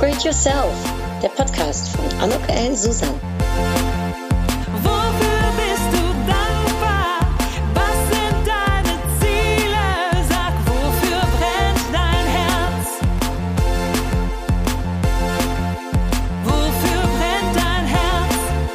It Yourself, der Podcast von Anok El Susan. Wofür bist du dankbar? Was sind deine Ziele? Sag, wofür brennt dein Herz? Wofür brennt dein Herz?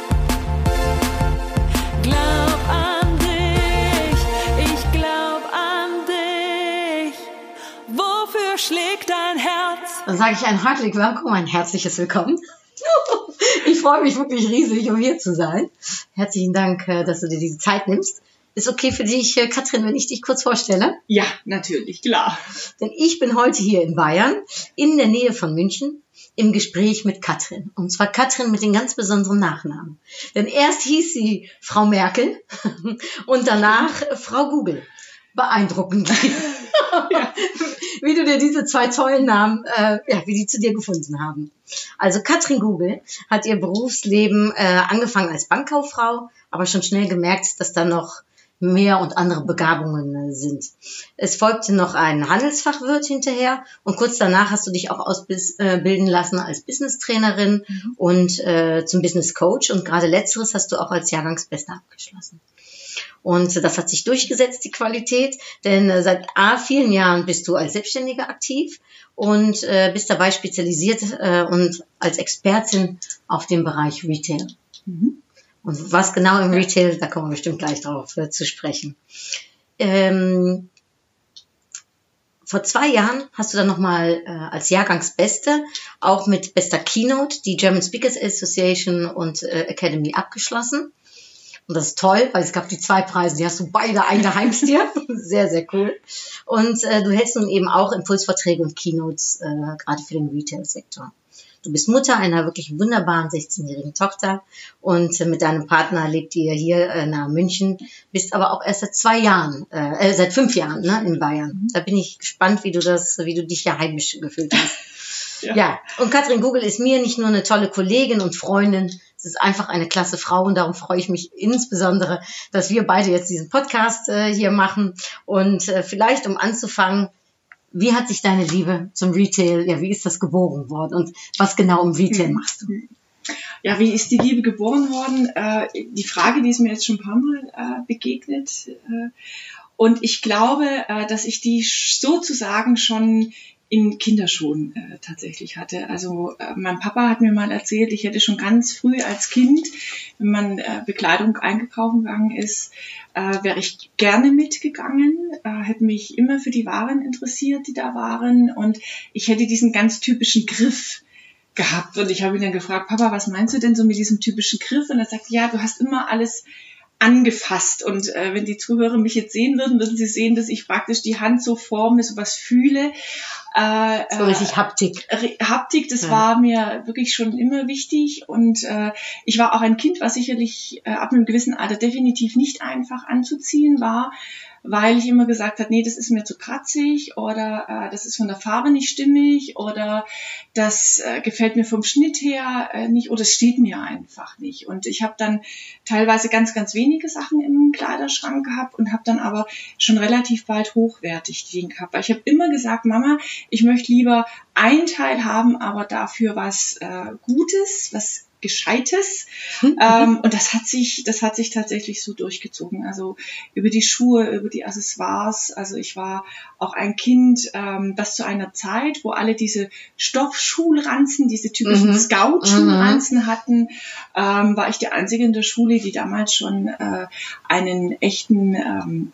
Glaub an dich, ich glaub an dich. Wofür schlägt dein Herz? Dann sage ich ein herzliches Willkommen, ein herzliches Willkommen. Ich freue mich wirklich riesig, um hier zu sein. Herzlichen Dank, dass du dir diese Zeit nimmst. Ist okay für dich, Katrin, wenn ich dich kurz vorstelle? Ja, natürlich, klar. Denn ich bin heute hier in Bayern, in der Nähe von München, im Gespräch mit Katrin. Und zwar Katrin mit den ganz besonderen Nachnamen. Denn erst hieß sie Frau Merkel und danach Frau Google. Beeindruckend. Ja. Wie du dir diese zwei tollen Namen, wie die zu dir gefunden haben. Also Katrin Google hat ihr Berufsleben angefangen als Bankkauffrau, aber schon schnell gemerkt, dass da noch mehr und andere Begabungen sind. Es folgte noch ein Handelsfachwirt hinterher und kurz danach hast du dich auch ausbilden lassen als Business-Trainerin und zum Business-Coach und gerade letzteres hast du auch als Jahrgangsbeste abgeschlossen. Und das hat sich durchgesetzt, die Qualität, denn seit vielen Jahren bist du als Selbstständige aktiv und bist dabei spezialisiert und als Expertin auf dem Bereich Retail. Und was genau im Retail, da kommen wir bestimmt gleich drauf zu sprechen. Vor 2 Jahren hast du dann nochmal als Jahrgangsbeste auch mit bester Keynote die German Speakers Association und Academy abgeschlossen. Und das ist toll, weil es gab die 2 Preise, die hast du beide eingeheimst dir. Sehr, sehr cool. Und du hältst nun eben auch Impulsvorträge und Keynotes, gerade für den Retail-Sektor. Du bist Mutter einer wirklich wunderbaren 16-jährigen Tochter und mit deinem Partner lebt ihr hier nahe München, bist aber auch erst seit 5 Jahren in Bayern. Da bin ich gespannt, wie du dich hier heimisch gefühlt hast. Ja, und Katrin Google ist mir nicht nur eine tolle Kollegin und Freundin, es ist einfach eine klasse Frau und darum freue ich mich insbesondere, dass wir beide jetzt diesen Podcast hier machen. Und vielleicht, um anzufangen, wie hat sich deine Liebe zum Retail, wie ist das geboren worden und was genau im Retail machst du? Ja, wie ist die Liebe geboren worden? Die Frage, die ist mir jetzt schon ein paar Mal begegnet. Und ich glaube, dass ich die sozusagen schon in Kinderschuhen tatsächlich hatte. Also mein Papa hat mir mal erzählt, ich hätte schon ganz früh als Kind, wenn man Bekleidung eingekauft gegangen ist, wäre ich gerne mitgegangen, hätte mich immer für die Waren interessiert, die da waren und ich hätte diesen ganz typischen Griff gehabt und ich habe ihn dann gefragt, Papa, was meinst du denn so mit diesem typischen Griff? Und er sagt, ja, du hast immer alles angefasst und wenn die Zuhörer mich jetzt sehen würden, würden sie sehen, dass ich praktisch die Hand so forme, so was fühle. So richtig Haptik. Haptik, das war mir wirklich schon immer wichtig und ich war auch ein Kind, was sicherlich ab einem gewissen Alter definitiv nicht einfach anzuziehen war, weil ich immer gesagt habe, nee, das ist mir zu kratzig oder das ist von der Farbe nicht stimmig oder das gefällt mir vom Schnitt her nicht oder es steht mir einfach nicht. Und ich habe dann teilweise ganz, ganz wenige Sachen im Kleiderschrank gehabt und habe dann aber schon relativ bald hochwertig Dinge gehabt. Weil ich habe immer gesagt, Mama, ich möchte lieber ein Teil haben, aber dafür was Gutes, was Gescheites. Und das hat sich tatsächlich so durchgezogen. Also über die Schuhe, über die Accessoires. Also ich war auch ein Kind, das zu einer Zeit, wo alle diese Stoffschulranzen, diese typischen Scout-Schulranzen hatten, war ich die Einzige in der Schule, die damals schon einen echten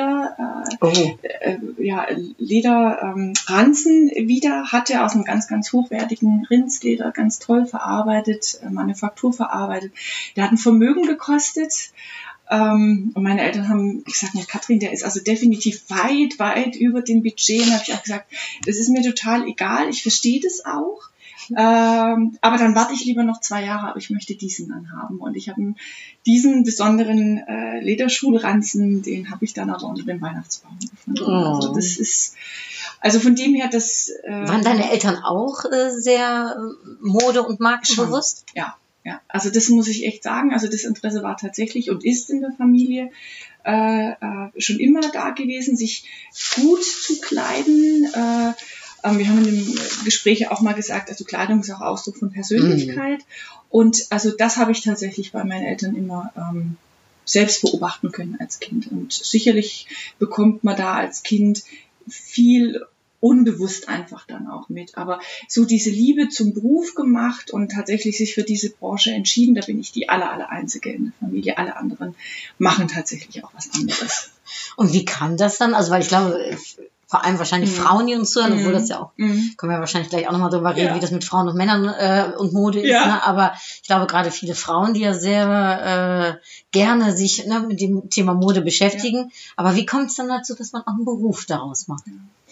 Lederranzen wieder hatte, aus einem ganz, ganz hochwertigen Rindsleder, ganz toll verarbeitet, Manufaktur verarbeitet. Der hat ein Vermögen gekostet. Und meine Eltern haben gesagt, ja, Katrin, der ist also definitiv weit, weit über dem Budget. Und habe ich auch gesagt, das ist mir total egal, ich verstehe das auch. Aber dann warte ich lieber noch 2 Jahre, aber ich möchte diesen dann haben. Und ich habe diesen besonderen Lederschulranzen, den habe ich dann aber unter dem Weihnachtsbaum gefunden. Oh. Also das ist, also von dem her, das... Waren deine Eltern auch sehr mode- und markenbewusst? Ja. Ja, also das muss ich echt sagen. Also das Interesse war tatsächlich und ist in der Familie schon immer da gewesen, sich gut zu kleiden, Wir haben in dem Gespräch auch mal gesagt, also Kleidung ist auch Ausdruck von Persönlichkeit. Und also das habe ich tatsächlich bei meinen Eltern immer selbst beobachten können als Kind. Und sicherlich bekommt man da als Kind viel unbewusst einfach dann auch mit. Aber so diese Liebe zum Beruf gemacht und tatsächlich sich für diese Branche entschieden, da bin ich die aller Einzige in der Familie. Alle anderen machen tatsächlich auch was anderes. Und wie kam das dann? Also, weil ich glaube, vor allem wahrscheinlich Frauen, die uns zuhören, obwohl das ja auch, können wir wahrscheinlich gleich auch nochmal drüber reden, wie das mit Frauen und Männern und Mode ist. Ne? Aber ich glaube, gerade viele Frauen, die ja sehr gerne sich mit dem Thema Mode beschäftigen. Aber wie kommt es dann dazu, dass man auch einen Beruf daraus macht?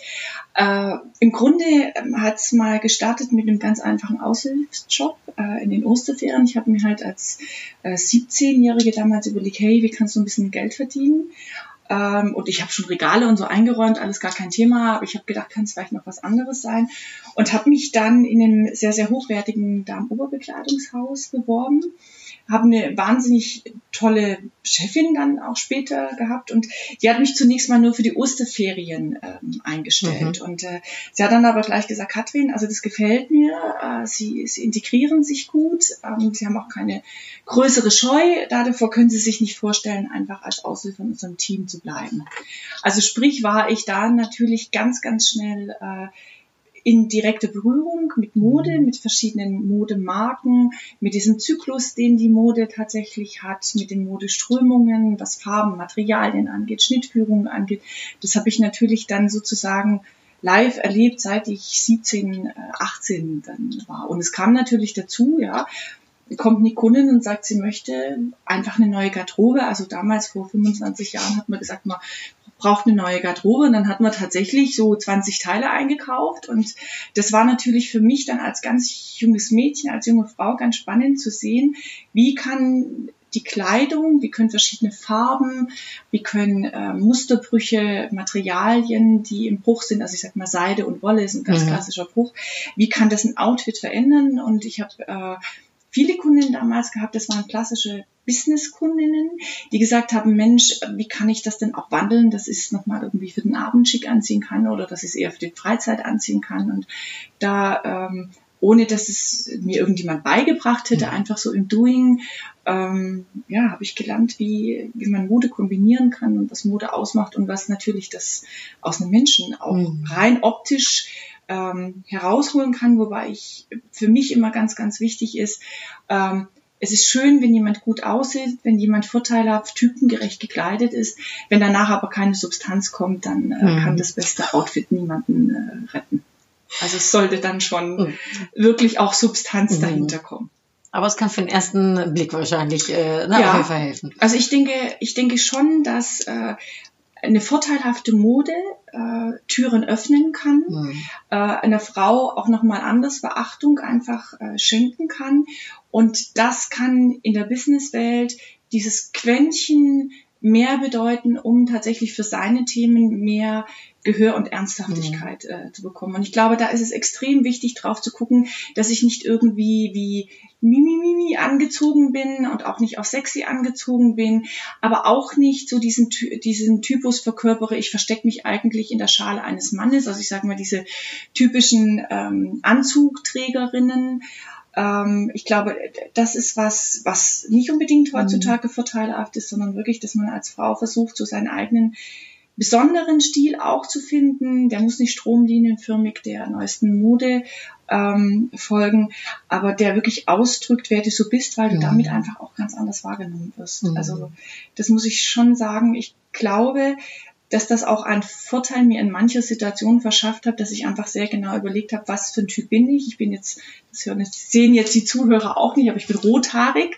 Im Grunde hat es mal gestartet mit einem ganz einfachen Aushilfsjob in den Osterferien. Ich habe mir halt als 17-Jährige damals überlegt, hey, wie kannst du ein bisschen Geld verdienen? Und ich habe schon Regale und so eingeräumt, alles gar kein Thema. Aber ich habe gedacht, kann es vielleicht noch was anderes sein. Und habe mich dann in einem sehr, sehr hochwertigen Damen-Oberbekleidungshaus beworben. Habe eine wahnsinnig tolle Chefin dann auch später gehabt und die hat mich zunächst mal nur für die Osterferien eingestellt. Und sie hat dann aber gleich gesagt, Katrin, also das gefällt mir, sie integrieren sich gut, sie haben auch keine größere Scheu, davor können sie sich nicht vorstellen, einfach als Aushilfe in unserem Team zu bleiben. Also sprich war ich da natürlich ganz, ganz schnell in direkte Berührung mit Mode, mit verschiedenen Modemarken, mit diesem Zyklus, den die Mode tatsächlich hat, mit den Modeströmungen, was Farben, Materialien angeht, Schnittführungen angeht. Das habe ich natürlich dann sozusagen live erlebt, seit ich 17, 18 dann war. Und es kam natürlich dazu, kommt eine Kundin und sagt, sie möchte einfach eine neue Garderobe. Also damals vor 25 Jahren hat man gesagt, man braucht eine neue Garderobe. Und dann hat man tatsächlich so 20 Teile eingekauft. Und das war natürlich für mich dann als ganz junges Mädchen, als junge Frau ganz spannend zu sehen, wie kann die Kleidung, wie können verschiedene Farben, wie können Musterbrüche, Materialien, die im Bruch sind, also ich sag mal Seide und Wolle ist ein ganz klassischer Bruch, wie kann das ein Outfit verändern? Und ich habe viele Kundinnen damals gehabt, das waren klassische Business-Kundinnen, die gesagt haben, Mensch, wie kann ich das denn auch wandeln, dass ich es nochmal irgendwie für den Abend schick anziehen kann oder dass ich es eher für die Freizeit anziehen kann. Und da, ohne dass es mir irgendjemand beigebracht hätte, einfach so im Doing, habe ich gelernt, wie man Mode kombinieren kann und was Mode ausmacht und was natürlich das aus einem Menschen auch rein optisch herausholen kann, wobei ich für mich immer ganz, ganz wichtig ist, es ist schön, wenn jemand gut aussieht, wenn jemand vorteilhaft, typengerecht gekleidet ist. Wenn danach aber keine Substanz kommt, dann kann das beste Outfit niemanden retten. Also es sollte dann schon wirklich auch Substanz dahinter kommen. Aber es kann für den ersten Blick wahrscheinlich helfen. Also ich denke schon, dass eine vorteilhafte Mode Türen öffnen kann, einer Frau auch nochmal anders Beachtung einfach schenken kann. Und das kann in der Businesswelt dieses Quäntchen mehr bedeuten, um tatsächlich für seine Themen mehr Gehör und Ernsthaftigkeit zu bekommen. Und ich glaube, da ist es extrem wichtig, drauf zu gucken, dass ich nicht irgendwie wie Mimi angezogen bin und auch nicht auf sexy angezogen bin, aber auch nicht so diesen Typus verkörpere, ich verstecke mich eigentlich in der Schale eines Mannes, also ich sage mal diese typischen Anzugträgerinnen. Ich glaube, das ist was nicht unbedingt heutzutage vorteilhaft ist, sondern wirklich, dass man als Frau versucht, so seinen eigenen besonderen Stil auch zu finden. Der muss nicht stromlinienförmig der neuesten Mode folgen, aber der wirklich ausdrückt, wer du so bist, weil du damit einfach auch ganz anders wahrgenommen wirst. Also das muss ich schon sagen. Ich glaube, dass das auch einen Vorteil mir in mancher Situation verschafft hat, dass ich einfach sehr genau überlegt habe, was für ein Typ bin ich. Ich bin jetzt, das sehen jetzt die Zuhörer auch nicht, aber ich bin rothaarig.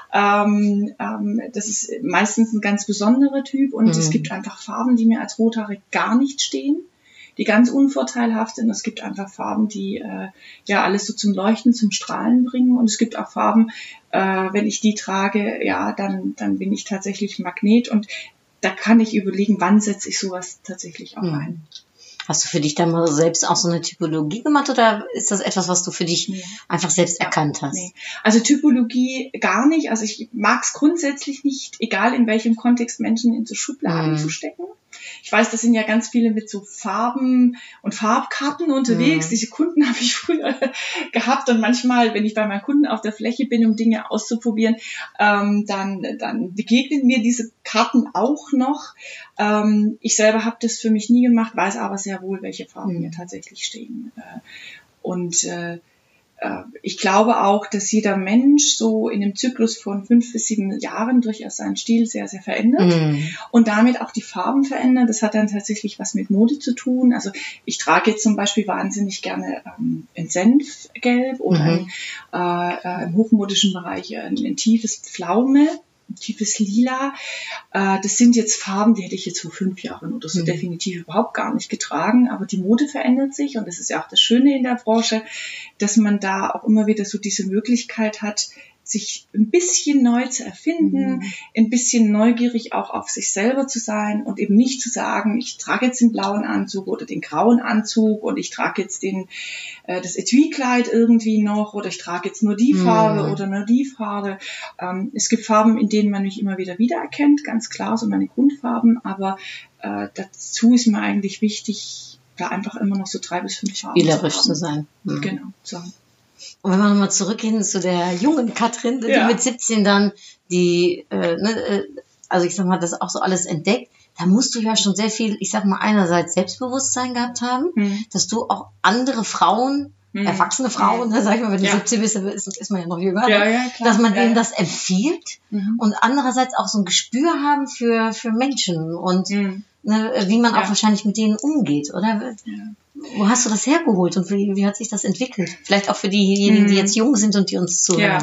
Das ist meistens ein ganz besonderer Typ und es gibt einfach Farben, die mir als rothaarig gar nicht stehen, die ganz unvorteilhaft sind. Es gibt einfach Farben, die alles so zum Leuchten, zum Strahlen bringen und es gibt auch Farben, wenn ich die trage, dann bin ich tatsächlich Magnet und da kann ich überlegen, wann setze ich sowas tatsächlich auch ein. Hast du für dich dann mal selbst auch so eine Typologie gemacht oder ist das etwas, was du für dich einfach selbst erkannt hast? Nee. Also Typologie gar nicht. Also ich mag es grundsätzlich nicht, egal in welchem Kontext Menschen in so Schubladen zu stecken. Ich weiß, das sind ja ganz viele mit so Farben und Farbkarten unterwegs. Diese Kunden habe ich früher gehabt und manchmal, wenn ich bei meinen Kunden auf der Fläche bin, um Dinge auszuprobieren, dann begegnen mir diese Karten auch noch. Ich selber habe das für mich nie gemacht, weiß aber sehr wohl, welche Farben mir tatsächlich stehen. Ich glaube auch, dass jeder Mensch so in einem Zyklus von 5 bis 7 Jahren durchaus seinen Stil sehr, sehr verändert und damit auch die Farben verändern. Das hat dann tatsächlich was mit Mode zu tun. Also ich trage jetzt zum Beispiel wahnsinnig gerne ein Senfgelb oder im hochmodischen Bereich ein tiefes Pflaume, ein tiefes Lila. Das sind jetzt Farben, die hätte ich jetzt vor 5 Jahren oder so definitiv überhaupt gar nicht getragen. Aber die Mode verändert sich und das ist ja auch das Schöne in der Branche, dass man da auch immer wieder so diese Möglichkeit hat, sich ein bisschen neu zu erfinden, ein bisschen neugierig auch auf sich selber zu sein und eben nicht zu sagen, ich trage jetzt den blauen Anzug oder den grauen Anzug und ich trage jetzt das Etui-Kleid irgendwie noch oder ich trage jetzt nur die Farbe oder nur die Farbe. Es gibt Farben, in denen man mich immer wieder wiedererkennt, ganz klar, so meine Grundfarben, aber dazu ist mir eigentlich wichtig, da einfach immer noch so 3 bis 5 Farben Spielerisch zu sein. Genau, so. Und wenn wir nochmal zurückgehen zu der jungen Katrin, die mit 17 dann also ich sag mal, das auch so alles entdeckt, da musst du ja schon sehr viel, ich sag mal, einerseits Selbstbewusstsein gehabt haben, dass du auch andere Frauen, erwachsene Frauen, sag ich mal, wenn du 17 bist, ist man ja noch jünger, klar. dass man denen das empfiehlt und andererseits auch so ein Gespür haben für Menschen und wie man auch wahrscheinlich mit denen umgeht, oder? Wo hast du das hergeholt und wie hat sich das entwickelt? Vielleicht auch für diejenigen, die jetzt jung sind und die uns zuhören.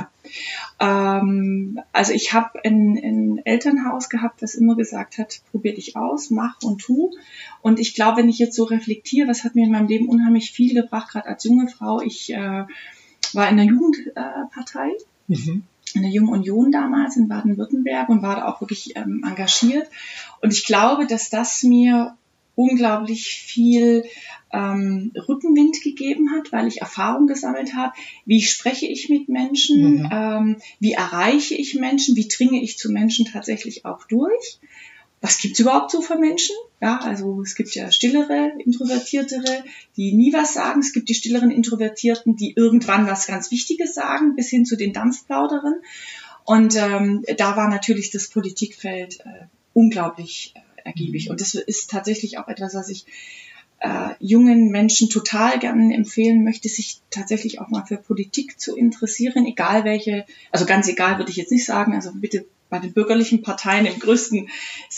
Also ich habe ein Elternhaus gehabt, das immer gesagt hat, probier dich aus, mach und tu. Und ich glaube, wenn ich jetzt so reflektiere, was hat mir in meinem Leben unheimlich viel gebracht, gerade als junge Frau. Ich war in der Jugendpartei, in der Jungen Union damals in Baden-Württemberg und war da auch wirklich engagiert. Und ich glaube, dass das mir unglaublich viel Rückenwind gegeben hat, weil ich Erfahrung gesammelt habe. Wie spreche ich mit Menschen? Wie erreiche ich Menschen? Wie dringe ich zu Menschen tatsächlich auch durch? Was gibt's überhaupt so für Menschen? Ja, also es gibt ja stillere, introvertiertere, die nie was sagen. Es gibt die stilleren Introvertierten, die irgendwann was ganz Wichtiges sagen, bis hin zu den Dampfplauderern. Und da war natürlich das Politikfeld unglaublich ergiebig. Und das ist tatsächlich auch etwas, was ich jungen Menschen total gerne empfehlen möchte, sich tatsächlich auch mal für Politik zu interessieren, egal welche, also ganz egal würde ich jetzt nicht sagen, also bitte bei den bürgerlichen Parteien im größten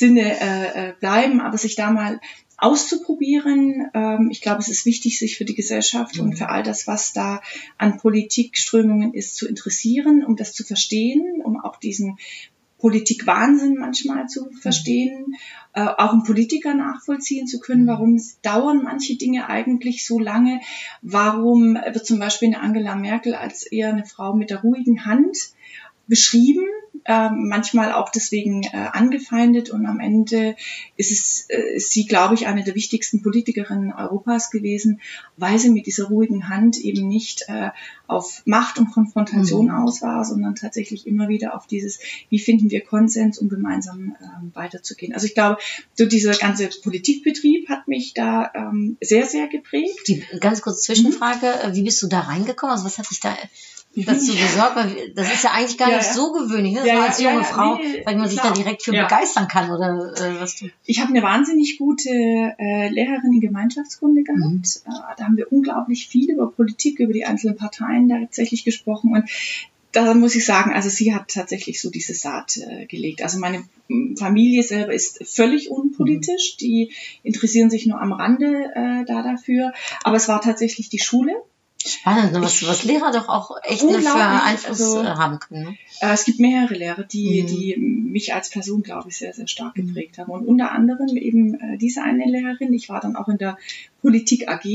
Sinne bleiben, aber sich da mal auszuprobieren. Ich glaube, es ist wichtig, sich für die Gesellschaft und für all das, was da an Politikströmungen ist, zu interessieren, um das zu verstehen, um auch diesen Politikwahnsinn manchmal zu verstehen, auch einen Politiker nachvollziehen zu können, warum dauern manche Dinge eigentlich so lange, warum wird zum Beispiel eine Angela Merkel als eher eine Frau mit der ruhigen Hand beschrieben, manchmal auch deswegen angefeindet und am Ende ist sie, glaube ich, eine der wichtigsten Politikerinnen Europas gewesen, weil sie mit dieser ruhigen Hand eben nicht auf Macht und Konfrontation aus war, sondern tatsächlich immer wieder auf dieses, wie finden wir Konsens, um gemeinsam weiterzugehen. Also ich glaube, so dieser ganze Politikbetrieb hat mich da sehr, sehr geprägt. Die ganz kurze Zwischenfrage, wie bist du da reingekommen? Also was hat dich da dazu gesorgt? Weil das ist ja eigentlich gar nicht so gewöhnlich, ne? Als junge Frau, weil man sich da direkt für begeistern kann oder was du. Ich habe eine wahnsinnig gute Lehrerin in Gemeinschaftskunde gehabt. Da haben wir unglaublich viel über Politik, über die einzelnen Parteien tatsächlich gesprochen und da muss ich sagen, also sie hat tatsächlich so diese Saat gelegt. Also meine Familie selber ist völlig unpolitisch, die interessieren sich nur am Rande dafür, aber es war tatsächlich die Schule. Spannend, ne? Was Lehrer doch auch echt für Einfluss haben können. Ne? Es gibt mehrere Lehrer, die mich als Person, glaube ich, sehr, sehr stark geprägt haben. Und unter anderem eben diese eine Lehrerin. Ich war dann auch in der Politik AG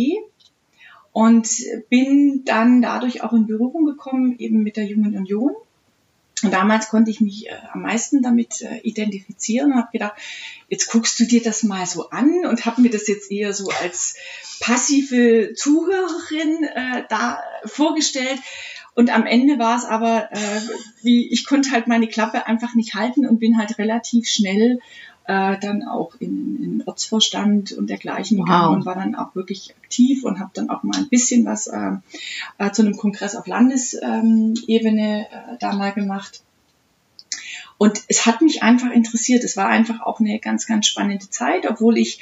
und bin dann dadurch auch in Berührung gekommen, eben mit der Jungen Union. Und damals konnte ich mich am meisten damit identifizieren und habe gedacht, jetzt guckst du dir das mal so an und habe mir das jetzt eher so als passive Zuhörerin da vorgestellt. Und am Ende war es aber, ich konnte halt meine Klappe einfach nicht halten und bin halt relativ schnell dann auch in Ortsvorstand und dergleichen gegangen und war dann auch wirklich aktiv und habe dann auch mal ein bisschen was zu einem Kongress auf Landesebene da mal gemacht. Und es hat mich einfach interessiert. Es war einfach auch eine ganz, ganz spannende Zeit, obwohl ich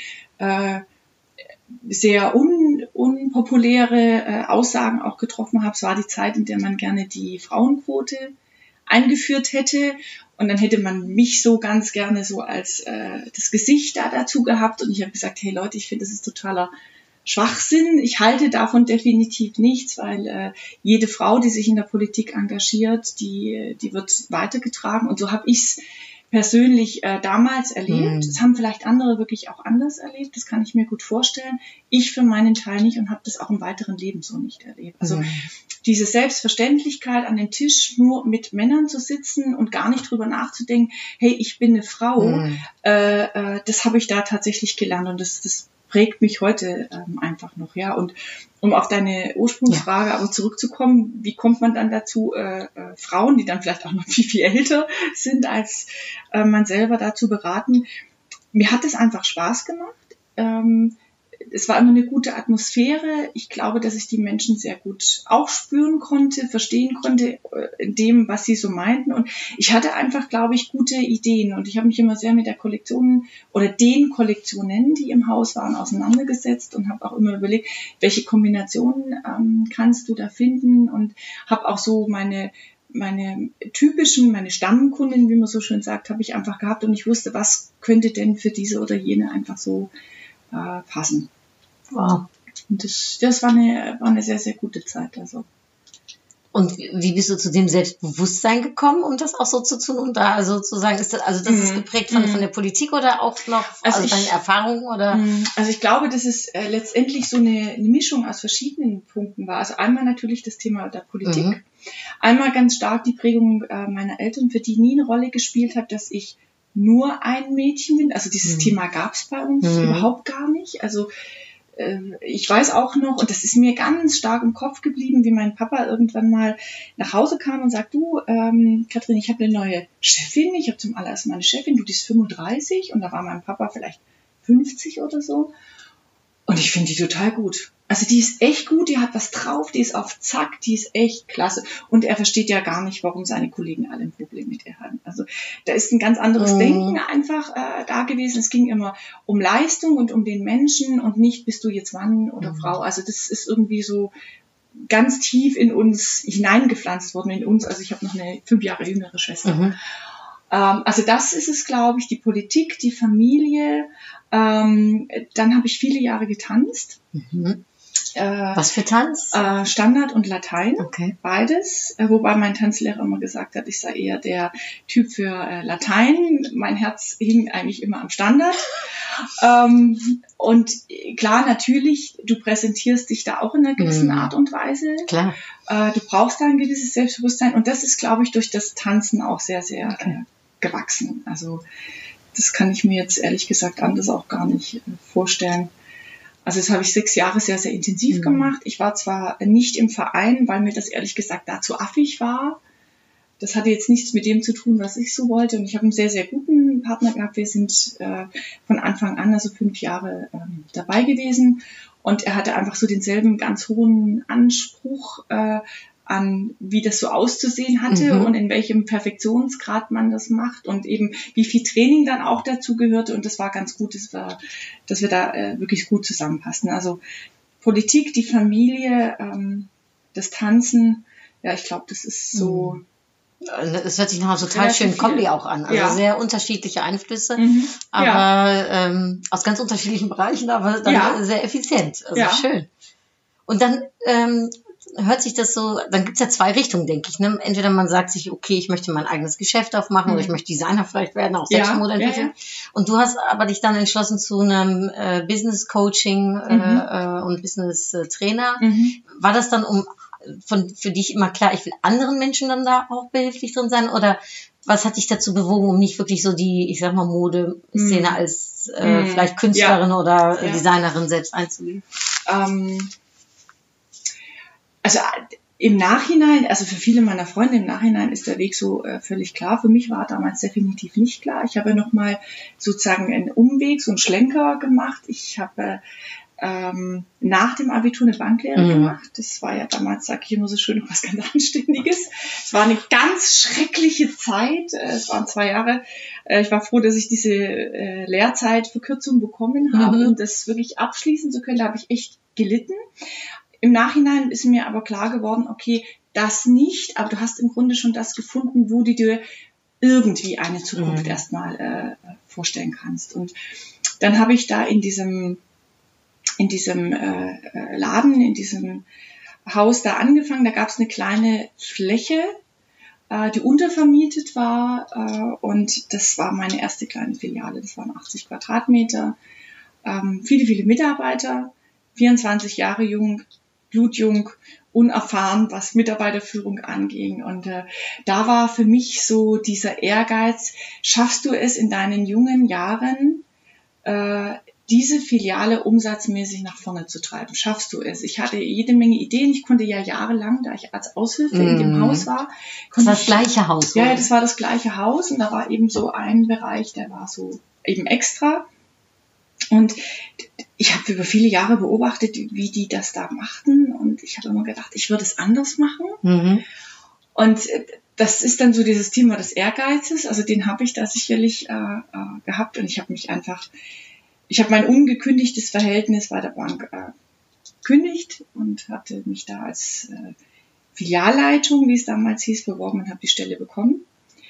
sehr unpopuläre Aussagen auch getroffen habe. Es war die Zeit, in der man gerne die Frauenquote eingeführt hätte. Und dann hätte man mich so ganz gerne so als das Gesicht da dazu gehabt. Und ich habe gesagt, hey Leute, ich finde, das ist totaler Schwachsinn. Ich halte davon definitiv nichts, weil jede Frau, die sich in der Politik engagiert, die wird weitergetragen. Und so habe ich es persönlich damals erlebt. Das haben vielleicht andere wirklich auch anders erlebt. Das kann ich mir gut vorstellen. Ich für meinen Teil nicht und habe das auch im weiteren Leben so nicht erlebt. Also diese Selbstverständlichkeit, an dem Tisch nur mit Männern zu sitzen und gar nicht drüber nachzudenken, hey, ich bin eine Frau, das habe ich da tatsächlich gelernt und das prägt mich heute einfach noch, ja. Und um auf deine Ursprungsfrage aber zurückzukommen, wie kommt man dann dazu, Frauen, die dann vielleicht auch noch viel, viel älter sind als man selber, dazu beraten? Mir hat es einfach Spaß gemacht. Es war immer eine gute Atmosphäre. Ich glaube, dass ich die Menschen sehr gut auch spüren konnte, verstehen konnte in dem, was sie so meinten. Und ich hatte einfach, glaube ich, gute Ideen. Und ich habe mich immer sehr mit der Kollektion oder den Kollektionen, die im Haus waren, auseinandergesetzt und habe auch immer überlegt, welche Kombinationen kannst du da finden, und habe auch so meine Stammkunden, wie man so schön sagt, habe ich einfach gehabt, und ich wusste, was könnte denn für diese oder jene einfach so passen. Wow. Und das war eine sehr, sehr gute Zeit. Also. Und wie bist du zu dem Selbstbewusstsein gekommen, um das auch so zu tun und da also zu sagen, ist geprägt von der Politik oder auch noch deine Erfahrungen oder? Also ich glaube, dass es letztendlich so eine Mischung aus verschiedenen Punkten war. Also einmal natürlich das Thema der Politik, einmal ganz stark die Prägung meiner Eltern, für die nie eine Rolle gespielt hat, dass ich nur ein Mädchen bin. Also dieses Thema gab es bei uns überhaupt gar nicht. Also ich weiß auch noch, und das ist mir ganz stark im Kopf geblieben, wie mein Papa irgendwann mal nach Hause kam und sagt, du, Katrin, ich habe eine neue Chefin, ich habe zum allerersten Mal eine Chefin, du, die ist 35, und da war mein Papa vielleicht 50 oder so. Und ich finde die total gut. Also die ist echt gut, die hat was drauf, die ist auf Zack, die ist echt klasse. Und er versteht ja gar nicht, warum seine Kollegen alle ein Problem mit ihr haben. Also da ist ein ganz anderes Denken einfach da gewesen. Es ging immer um Leistung und um den Menschen und nicht, bist du jetzt Mann oder Frau. Also das ist irgendwie so ganz tief in uns hineingepflanzt worden, in uns. Also ich habe noch eine 5 Jahre jüngere Schwester. Also das ist es, glaube ich, die Politik, die Familie. Dann habe ich viele Jahre getanzt. Was für Tanz? Standard und Latein, beides. Wobei mein Tanzlehrer immer gesagt hat, ich sei eher der Typ für Latein. Mein Herz hing eigentlich immer am Standard. Und klar, natürlich, du präsentierst dich da auch in einer gewissen Art und Weise. Klar. Du brauchst da ein gewisses Selbstbewusstsein. Und das ist, glaube ich, durch das Tanzen auch sehr, sehr gewachsen. Also das kann ich mir jetzt ehrlich gesagt anders auch gar nicht vorstellen. Also das habe ich 6 Jahre sehr, sehr intensiv gemacht. Ich war zwar nicht im Verein, weil mir das ehrlich gesagt dazu affig war. Das hatte jetzt nichts mit dem zu tun, was ich so wollte. Und ich habe einen sehr, sehr guten Partner gehabt. Wir sind von Anfang an, also 5 Jahre dabei gewesen. Und er hatte einfach so denselben ganz hohen Anspruch an, wie das so auszusehen hatte und in welchem Perfektionsgrad man das macht und eben wie viel Training dann auch dazu gehörte. Und das war ganz gut, dass wir da wirklich gut zusammenpassen. Also Politik, die Familie, das Tanzen, ja, ich glaube, das ist so... Das hört sich nach einer total schönen Kombi auch an. Also sehr unterschiedliche Einflüsse, aber aus ganz unterschiedlichen Bereichen, aber dann sehr effizient. Also schön. Und dann hört sich das so, dann gibt's ja 2 Richtungen, denke ich. Ne? Entweder man sagt sich, okay, ich möchte mein eigenes Geschäft aufmachen oder ich möchte Designer vielleicht werden, auch Selbstmode entwickeln. Und du hast aber dich dann entschlossen zu einem Business Coaching und Business Trainer. War das dann für dich immer klar, ich will anderen Menschen dann da auch behilflich drin sein? Oder was hat dich dazu bewogen, um nicht wirklich so die, ich sag mal, Modeszene als vielleicht Künstlerin oder Designerin selbst einzugehen? Also Im Nachhinein, also für viele meiner Freunde im Nachhinein ist der Weg so völlig klar. Für mich war damals definitiv nicht klar. Ich habe nochmal sozusagen einen Umweg, so einen Schlenker gemacht. Ich habe nach dem Abitur eine Banklehre gemacht. Das war ja damals, sage ich immer so schön, was ganz Anständiges. Es war eine ganz schreckliche Zeit. Es waren 2 Jahre. Ich war froh, dass ich diese Lehrzeitverkürzung bekommen habe, um das wirklich abschließen zu können. Da habe ich echt gelitten. Im Nachhinein ist mir aber klar geworden, okay, das nicht, aber du hast im Grunde schon das gefunden, wo du dir irgendwie eine Zukunft erstmal vorstellen kannst. Und dann habe ich da in diesem Laden, in diesem Haus da angefangen. Da gab es eine kleine Fläche, die untervermietet war, und das war meine erste kleine Filiale. Das waren 80 Quadratmeter, viele, viele Mitarbeiter, 24 Jahre jung, blutjung, unerfahren, was Mitarbeiterführung anging. Und da war für mich so dieser Ehrgeiz, schaffst du es in deinen jungen Jahren, diese Filiale umsatzmäßig nach vorne zu treiben? Schaffst du es? Ich hatte jede Menge Ideen. Ich konnte ja jahrelang, da ich als Aushilfe in dem Haus war. Das war das gleiche Haus, Ja, oder? das war das gleiche Haus. Und da war eben so ein Bereich, der war so eben extra. Und ich habe über viele Jahre beobachtet, wie die das da machten. Und ich habe immer gedacht, ich würde es anders machen. Und das ist dann so dieses Thema des Ehrgeizes. Also den habe ich da sicherlich gehabt. Und ich habe mein ungekündigtes Verhältnis bei der Bank gekündigt und hatte mich da als Filialleitung, wie es damals hieß, beworben und habe die Stelle bekommen.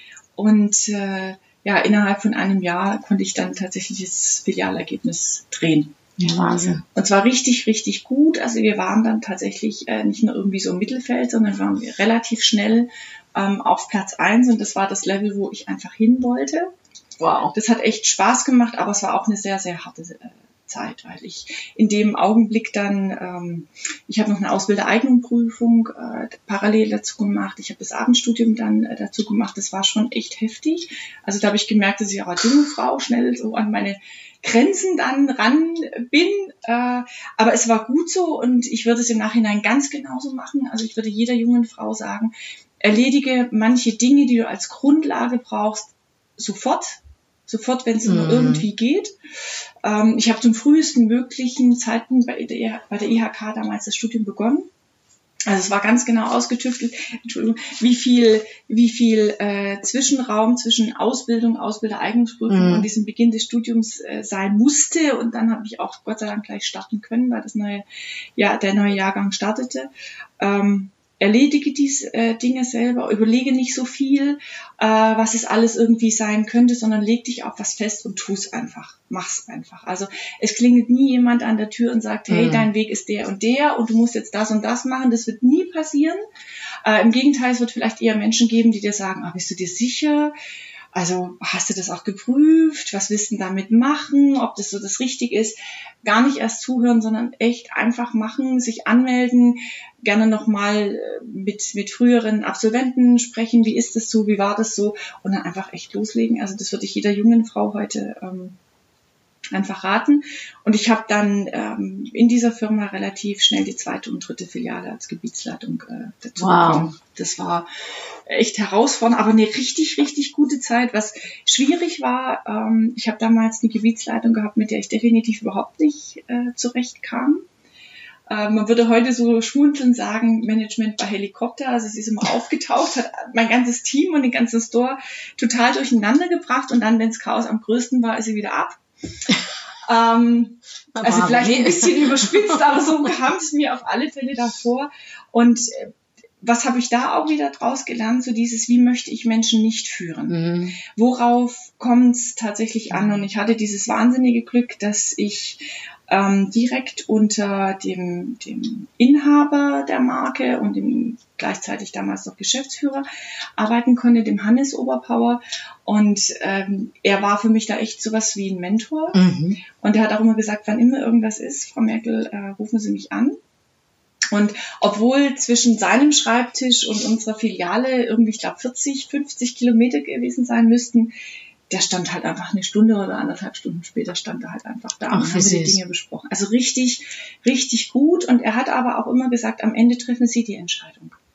Und innerhalb von einem Jahr konnte ich dann tatsächlich das Filialergebnis drehen. Ja, Wahnsinn. Und zwar richtig, richtig gut. Also wir waren dann tatsächlich nicht nur irgendwie so im Mittelfeld, sondern waren relativ schnell auf Platz 1. Und das war das Level, wo ich einfach hin wollte. Wow. Das hat echt Spaß gemacht, aber es war auch eine sehr, sehr harte Zeit, weil ich in dem Augenblick dann, ich habe noch eine Ausbildereignungsprüfung parallel dazu gemacht. Ich habe das Abendstudium dann dazu gemacht. Das war schon echt heftig. Also da habe ich gemerkt, dass ich auch als junge Frau schnell so an meine Grenzen dann ran bin. Aber es war gut so und ich würde es im Nachhinein ganz genauso machen. Also ich würde jeder jungen Frau sagen, erledige manche Dinge, die du als Grundlage brauchst, sofort, wenn es nur irgendwie geht. Ich habe zum frühesten möglichen Zeitpunkt bei der IHK damals das Studium begonnen. Also es war ganz genau ausgetüftelt, wie viel Zwischenraum zwischen Ausbildung, Ausbildereignungsprüfung und diesem Beginn des Studiums sein musste. Und dann habe ich auch Gott sei Dank gleich starten können, weil der neue Jahrgang startete. Erledige diese Dinge selber, überlege nicht so viel, was es alles irgendwie sein könnte, sondern leg dich auf was fest und tu's einfach, mach's einfach. Also es klingelt nie jemand an der Tür und sagt, hey, dein Weg ist der und du musst jetzt das und das machen. Das wird nie passieren. Im Gegenteil, es wird vielleicht eher Menschen geben, die dir sagen, bist du dir sicher? Also hast du das auch geprüft? Was willst du damit machen? Ob das so das Richtige ist? Gar nicht erst zuhören, sondern echt einfach machen, sich anmelden, gerne nochmal mit früheren Absolventen sprechen. Wie ist das so? Wie war das so? Und dann einfach echt loslegen. Also das würde ich jeder jungen Frau heute einfach raten. Und ich habe dann in dieser Firma relativ schnell die 2. und 3. Filiale als Gebietsleitung dazu bekommen. Das war echt herausfordernd, aber eine richtig, richtig gute Zeit. Was schwierig war, ich habe damals eine Gebietsleitung gehabt, mit der ich definitiv überhaupt nicht zurechtkam. Man würde heute so schmunzeln sagen, Management bei Helikopter, also sie ist immer aufgetaucht, hat mein ganzes Team und den ganzen Store total durcheinander gebracht und dann, wenn das Chaos am größten war, ist sie wieder ab. Also vielleicht ein bisschen überspitzt, aber so kam es mir auf alle Fälle davor. Und was habe ich da auch wieder draus gelernt? So dieses, wie möchte ich Menschen nicht führen? Worauf kommt es tatsächlich an? Und ich hatte dieses wahnsinnige Glück, dass ich direkt unter dem Inhaber der Marke und dem gleichzeitig damals noch Geschäftsführer arbeiten konnte, dem Hannes Oberpower. Und er war für mich da echt sowas wie ein Mentor. Und er hat auch immer gesagt, wann immer irgendwas ist, Frau Merkel, rufen Sie mich an. Und obwohl zwischen seinem Schreibtisch und unserer Filiale irgendwie, ich glaube, 40, 50 Kilometer gewesen sein müssten, der stand halt einfach eine Stunde oder 1,5 Stunden später stand er halt einfach da und haben die Dinge besprochen. Also richtig, richtig gut. Und er hat aber auch immer gesagt, am Ende treffen Sie die Entscheidung.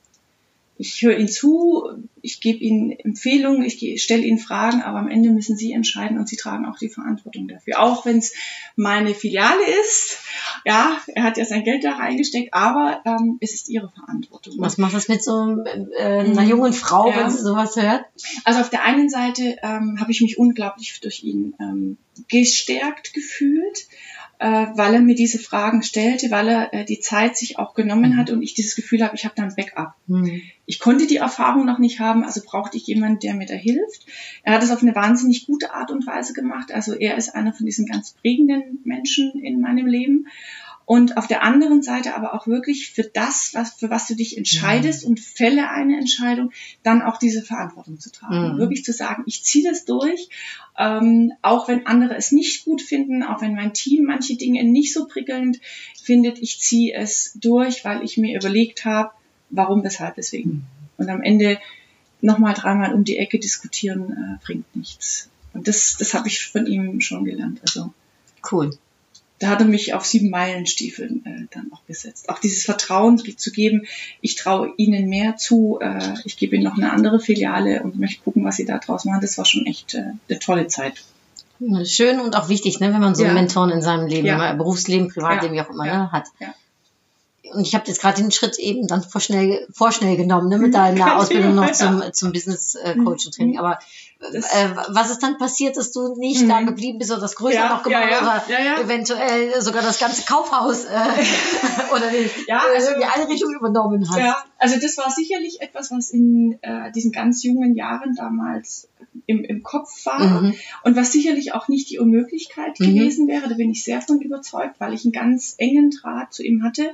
Ich höre Ihnen zu, ich gebe Ihnen Empfehlungen, ich stelle Ihnen Fragen, aber am Ende müssen Sie entscheiden und Sie tragen auch die Verantwortung dafür. Auch wenn es meine Filiale ist, ja, er hat ja sein Geld da reingesteckt, aber es ist Ihre Verantwortung. Was macht das mit so einer jungen Frau, Ja. wenn sie sowas hört? Also auf der einen Seite habe ich mich unglaublich durch ihn gestärkt gefühlt, weil er mir diese Fragen stellte, weil er die Zeit sich auch genommen hat und ich dieses Gefühl habe, ich habe da ein Backup. Ich konnte die Erfahrung noch nicht haben, also brauchte ich jemanden, der mir da hilft. Er hat es auf eine wahnsinnig gute Art und Weise gemacht. Also er ist einer von diesen ganz prägenden Menschen in meinem Leben. Und auf der anderen Seite aber auch wirklich für das, für was du dich entscheidest und fälle eine Entscheidung, dann auch diese Verantwortung zu tragen. Wirklich zu sagen, ich ziehe das durch, auch wenn andere es nicht gut finden, auch wenn mein Team manche Dinge nicht so prickelnd findet, ich ziehe es durch, weil ich mir überlegt habe, warum, weshalb, deswegen. Und am Ende nochmal 3-mal um die Ecke diskutieren, bringt nichts. Und das habe ich von ihm schon gelernt. Also Cool. da hat er mich auf 7 Meilenstiefeln dann auch gesetzt. Auch dieses Vertrauen zu geben, ich traue Ihnen mehr zu, ich gebe Ihnen noch eine andere Filiale und möchte gucken, was Sie da draus machen. Das war schon echt eine tolle Zeit. Schön und auch wichtig, ne, wenn man so einen Mentoren in seinem Leben, Berufsleben, Privatleben, wie auch immer, ne, hat. Ja. Und ich habe jetzt gerade den Schritt eben dann vorschnell genommen, ne, mit deiner Ausbildung noch zum Business Coach und Training. Aber was ist dann passiert, dass du nicht da geblieben bist oder das größer noch gemacht oder eventuell sogar das ganze Kaufhaus oder die Einrichtung übernommen hast? Ja, also das war sicherlich etwas, was in diesen ganz jungen Jahren damals im Kopf war und was sicherlich auch nicht die Unmöglichkeit gewesen wäre. Da bin ich sehr von überzeugt, weil ich einen ganz engen Draht zu ihm hatte.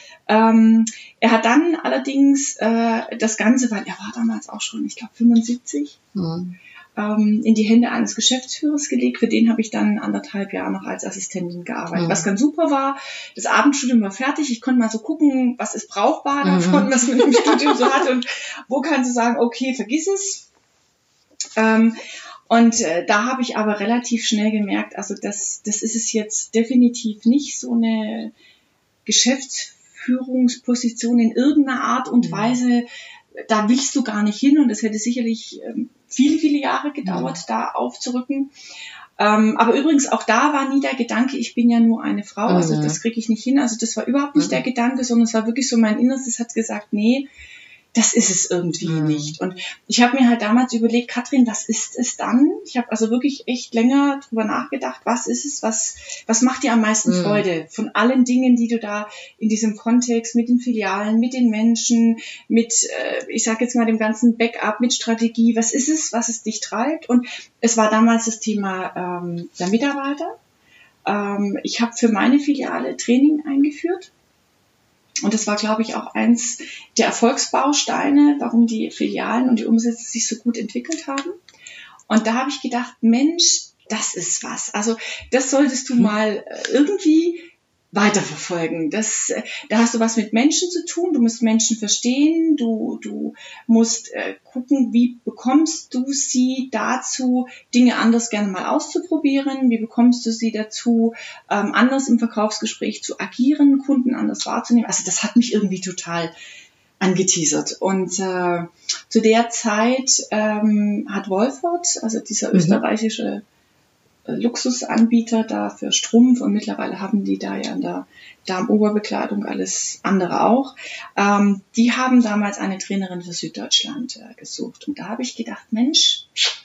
Er hat dann allerdings das Ganze, weil er war damals auch schon, ich glaube 75, in die Hände eines Geschäftsführers gelegt. Für den habe ich dann 1,5 Jahre noch als Assistentin gearbeitet. Was ganz super war, das Abendstudium war fertig. Ich konnte mal so gucken, was ist brauchbar davon, was man im Studium so hat und wo kannst du sagen, okay, vergiss es. Und da habe ich aber relativ schnell gemerkt, also das ist es jetzt definitiv nicht, so eine Geschäftsführungsposition in irgendeiner Art und Weise, da willst du gar nicht hin und es hätte sicherlich viele, viele Jahre gedauert, da aufzurücken. Aber übrigens, auch da war nie der Gedanke, ich bin ja nur eine Frau, also das kriege ich nicht hin. Also das war überhaupt nicht der Gedanke, sondern es war wirklich so, mein Innerstes hat gesagt, nee, das ist es irgendwie nicht. Und ich habe mir halt damals überlegt, Katrin, was ist es dann? Ich habe also wirklich echt länger drüber nachgedacht, was ist es, was macht dir am meisten Freude? Von allen Dingen, die du da in diesem Kontext mit den Filialen, mit den Menschen, mit, ich sage jetzt mal dem ganzen Backup, mit Strategie, was ist es, was es dich treibt? Und es war damals das Thema der Mitarbeiter. Ich habe für meine Filiale Training eingeführt. Und das war, glaube ich, auch eins der Erfolgsbausteine, warum die Filialen und die Umsätze sich so gut entwickelt haben. Und da habe ich gedacht, Mensch, das ist was. Also das solltest du mal irgendwie weiterverfolgen. Da hast du was mit Menschen zu tun, du musst Menschen verstehen, du musst gucken, wie bekommst du sie dazu, Dinge anders gerne mal auszuprobieren, wie bekommst du sie dazu, anders im Verkaufsgespräch zu agieren, Kunden anders wahrzunehmen. Also das hat mich irgendwie total angeteasert. Und zu der Zeit hat Wolfert, also dieser österreichische Luxusanbieter da für Strumpf und mittlerweile haben die da ja in der Darmoberbekleidung alles andere auch. Die haben damals eine Trainerin für Süddeutschland gesucht und da habe ich gedacht, Mensch,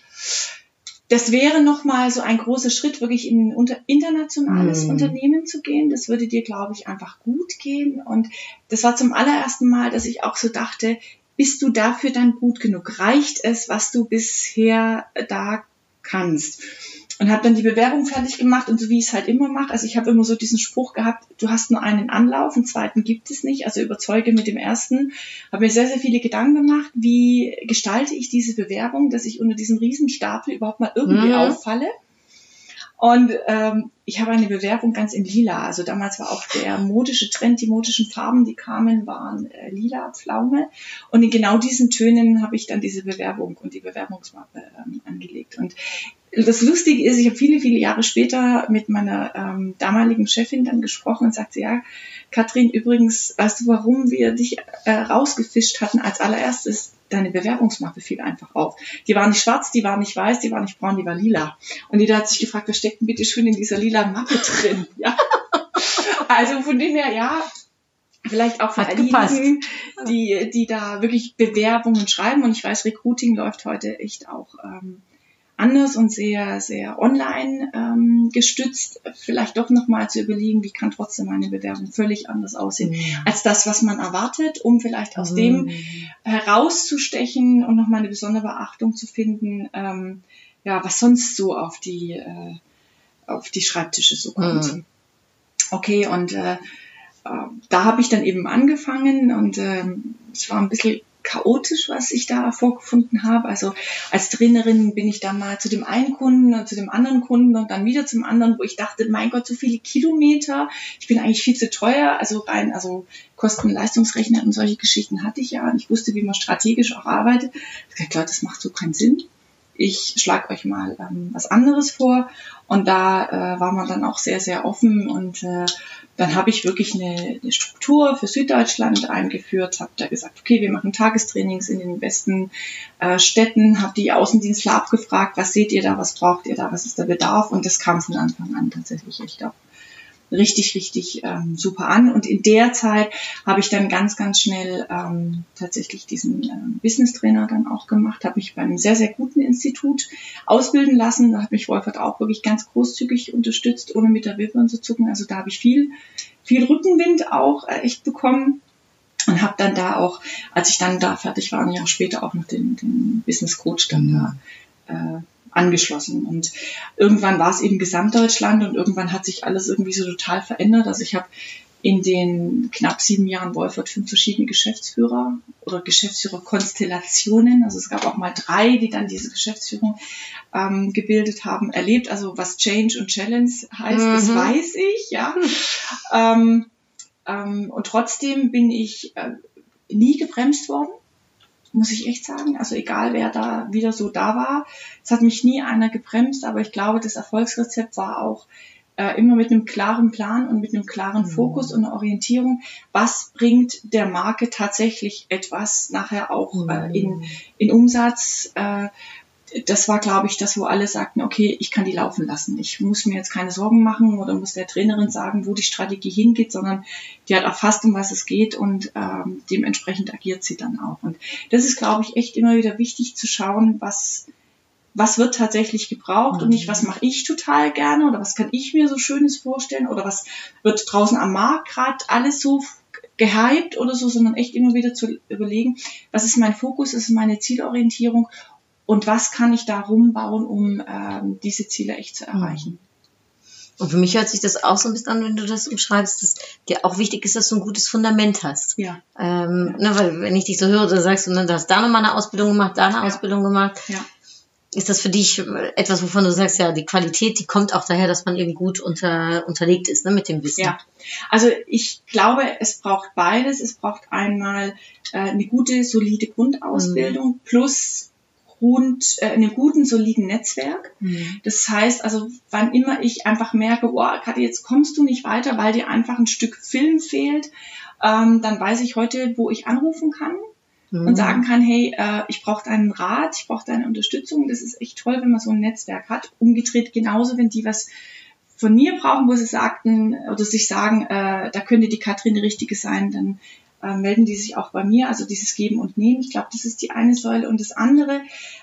das wäre nochmal so ein großer Schritt, wirklich in ein internationales Unternehmen zu gehen. Das würde dir, glaube ich, einfach gut gehen und das war zum allerersten Mal, dass ich auch so dachte, bist du dafür dann gut genug? Reicht es, was du bisher da kannst? Und habe dann die Bewerbung fertig gemacht und so wie ich es halt immer mache. Also ich habe immer so diesen Spruch gehabt, du hast nur einen Anlauf, einen zweiten gibt es nicht. Also überzeuge mit dem ersten. Habe mir sehr, sehr viele Gedanken gemacht, wie gestalte ich diese Bewerbung, dass ich unter diesem Riesenstapel überhaupt mal irgendwie auffalle. Und ich habe eine Bewerbung ganz in lila. Also damals war auch der modische Trend, die modischen Farben, die kamen, waren lila, Pflaume. Und in genau diesen Tönen habe ich dann diese Bewerbung und die Bewerbungsmappe angelegt. Und das Lustige ist, ich habe viele, viele Jahre später mit meiner damaligen Chefin dann gesprochen und sagte, ja, Katrin, übrigens, weißt du, warum wir dich rausgefischt hatten als allererstes? Deine Bewerbungsmappe fiel einfach auf. Die war nicht schwarz, die war nicht weiß, die war nicht braun, die war lila. Und jeder hat sich gefragt, was steckt denn bitte schön in dieser lila Mappe drin? Ja. Also von dem her, ja, vielleicht auch für diejenigen, die da wirklich Bewerbungen schreiben. Und ich weiß, Recruiting läuft heute echt auch anders und sehr, sehr online gestützt, vielleicht doch nochmal zu überlegen, wie kann trotzdem eine Bewerbung völlig anders aussehen, als das, was man erwartet, um vielleicht aus dem herauszustechen und nochmal eine besondere Beachtung zu finden, was sonst so auf die Schreibtische so kommt. Okay, und da habe ich dann eben angefangen und es war ein bisschen chaotisch, was ich da vorgefunden habe. Also als Trainerin bin ich dann mal zu dem einen Kunden und zu dem anderen Kunden und dann wieder zum anderen, wo ich dachte, mein Gott, so viele Kilometer, ich bin eigentlich viel zu teuer, also Kosten-Leistungsrechner und solche Geschichten hatte ich ja und ich wusste, wie man strategisch auch arbeitet. Ich dachte, klar, das macht so keinen Sinn. Ich schlage euch mal was anderes vor und da war man dann auch sehr, sehr offen und dann habe ich wirklich eine Struktur für Süddeutschland eingeführt, habe da gesagt, okay, wir machen Tagestrainings in den besten Städten, habe die Außendienstler abgefragt, was seht ihr da, was braucht ihr da, was ist der Bedarf und das kam von Anfang an tatsächlich echt auch richtig, richtig super an. Und in der Zeit habe ich dann ganz, ganz schnell tatsächlich diesen Business-Trainer dann auch gemacht, habe mich bei einem sehr, sehr guten Institut ausbilden lassen. Da hat mich Wolfert auch wirklich ganz großzügig unterstützt, ohne mit der Wimpern zu zucken. Also da habe ich viel Rückenwind auch echt bekommen. Und habe dann da auch, als ich dann da fertig war, ein Jahr später auch noch den Business Coach dann da angeschlossen. Und irgendwann war es eben Gesamtdeutschland und irgendwann hat sich alles irgendwie so total verändert. Also ich habe in den knapp 7 Jahren Wolfert 5 verschiedene Geschäftsführer oder Geschäftsführerkonstellationen, also es gab auch mal 3, die dann diese Geschäftsführung gebildet haben, erlebt. Also was Change und Challenge heißt, das weiß ich, ja. Und trotzdem bin ich nie gebremst worden, muss ich echt sagen. Also egal, wer da wieder so da war, es hat mich nie einer gebremst, aber ich glaube, das Erfolgsrezept war auch immer mit einem klaren Plan und mit einem klaren Fokus und einer Orientierung, was bringt der Marke tatsächlich etwas nachher auch in Umsatz. Das war, glaube ich, das, wo alle sagten, okay, ich kann die laufen lassen. Ich muss mir jetzt keine Sorgen machen oder muss der Trainerin sagen, wo die Strategie hingeht, sondern die hat erfasst, um was es geht und dementsprechend agiert sie dann auch. Und das ist, glaube ich, echt immer wieder wichtig zu schauen, was wird tatsächlich gebraucht und nicht, was mache ich total gerne oder was kann ich mir so Schönes vorstellen oder was wird draußen am Markt gerade alles so gehypt oder so, sondern echt immer wieder zu überlegen, was ist mein Fokus, was ist meine Zielorientierung und was kann ich da rumbauen, um diese Ziele echt zu erreichen. Und für mich hört sich das auch so ein bisschen an, wenn du das umschreibst, dass dir auch wichtig ist, dass du ein gutes Fundament hast. Ja. Weil wenn ich dich so höre, du sagst, du hast da nochmal eine Ausbildung gemacht, da eine Ausbildung gemacht. Ja. Ist das für dich etwas, wovon du sagst, ja, die Qualität, die kommt auch daher, dass man eben gut unterlegt ist, ne, mit dem Wissen? Ja, also ich glaube, es braucht beides. Es braucht einmal eine gute, solide Grundausbildung plus einem guten, soliden Netzwerk. Das heißt, also wann immer ich einfach merke, Katja, jetzt kommst du nicht weiter, weil dir einfach ein Stück Film fehlt, dann weiß ich heute, wo ich anrufen kann. Und sagen kann, hey, ich brauche deinen Rat, ich brauche deine Unterstützung. Das ist echt toll, wenn man so ein Netzwerk hat. Umgedreht genauso, wenn die was von mir brauchen, wo sie sagten oder sich sagen, da könnte die Katrin die Richtige sein, dann melden die sich auch bei mir. Also dieses Geben und Nehmen. Ich glaube, das ist die eine Säule. Und das andere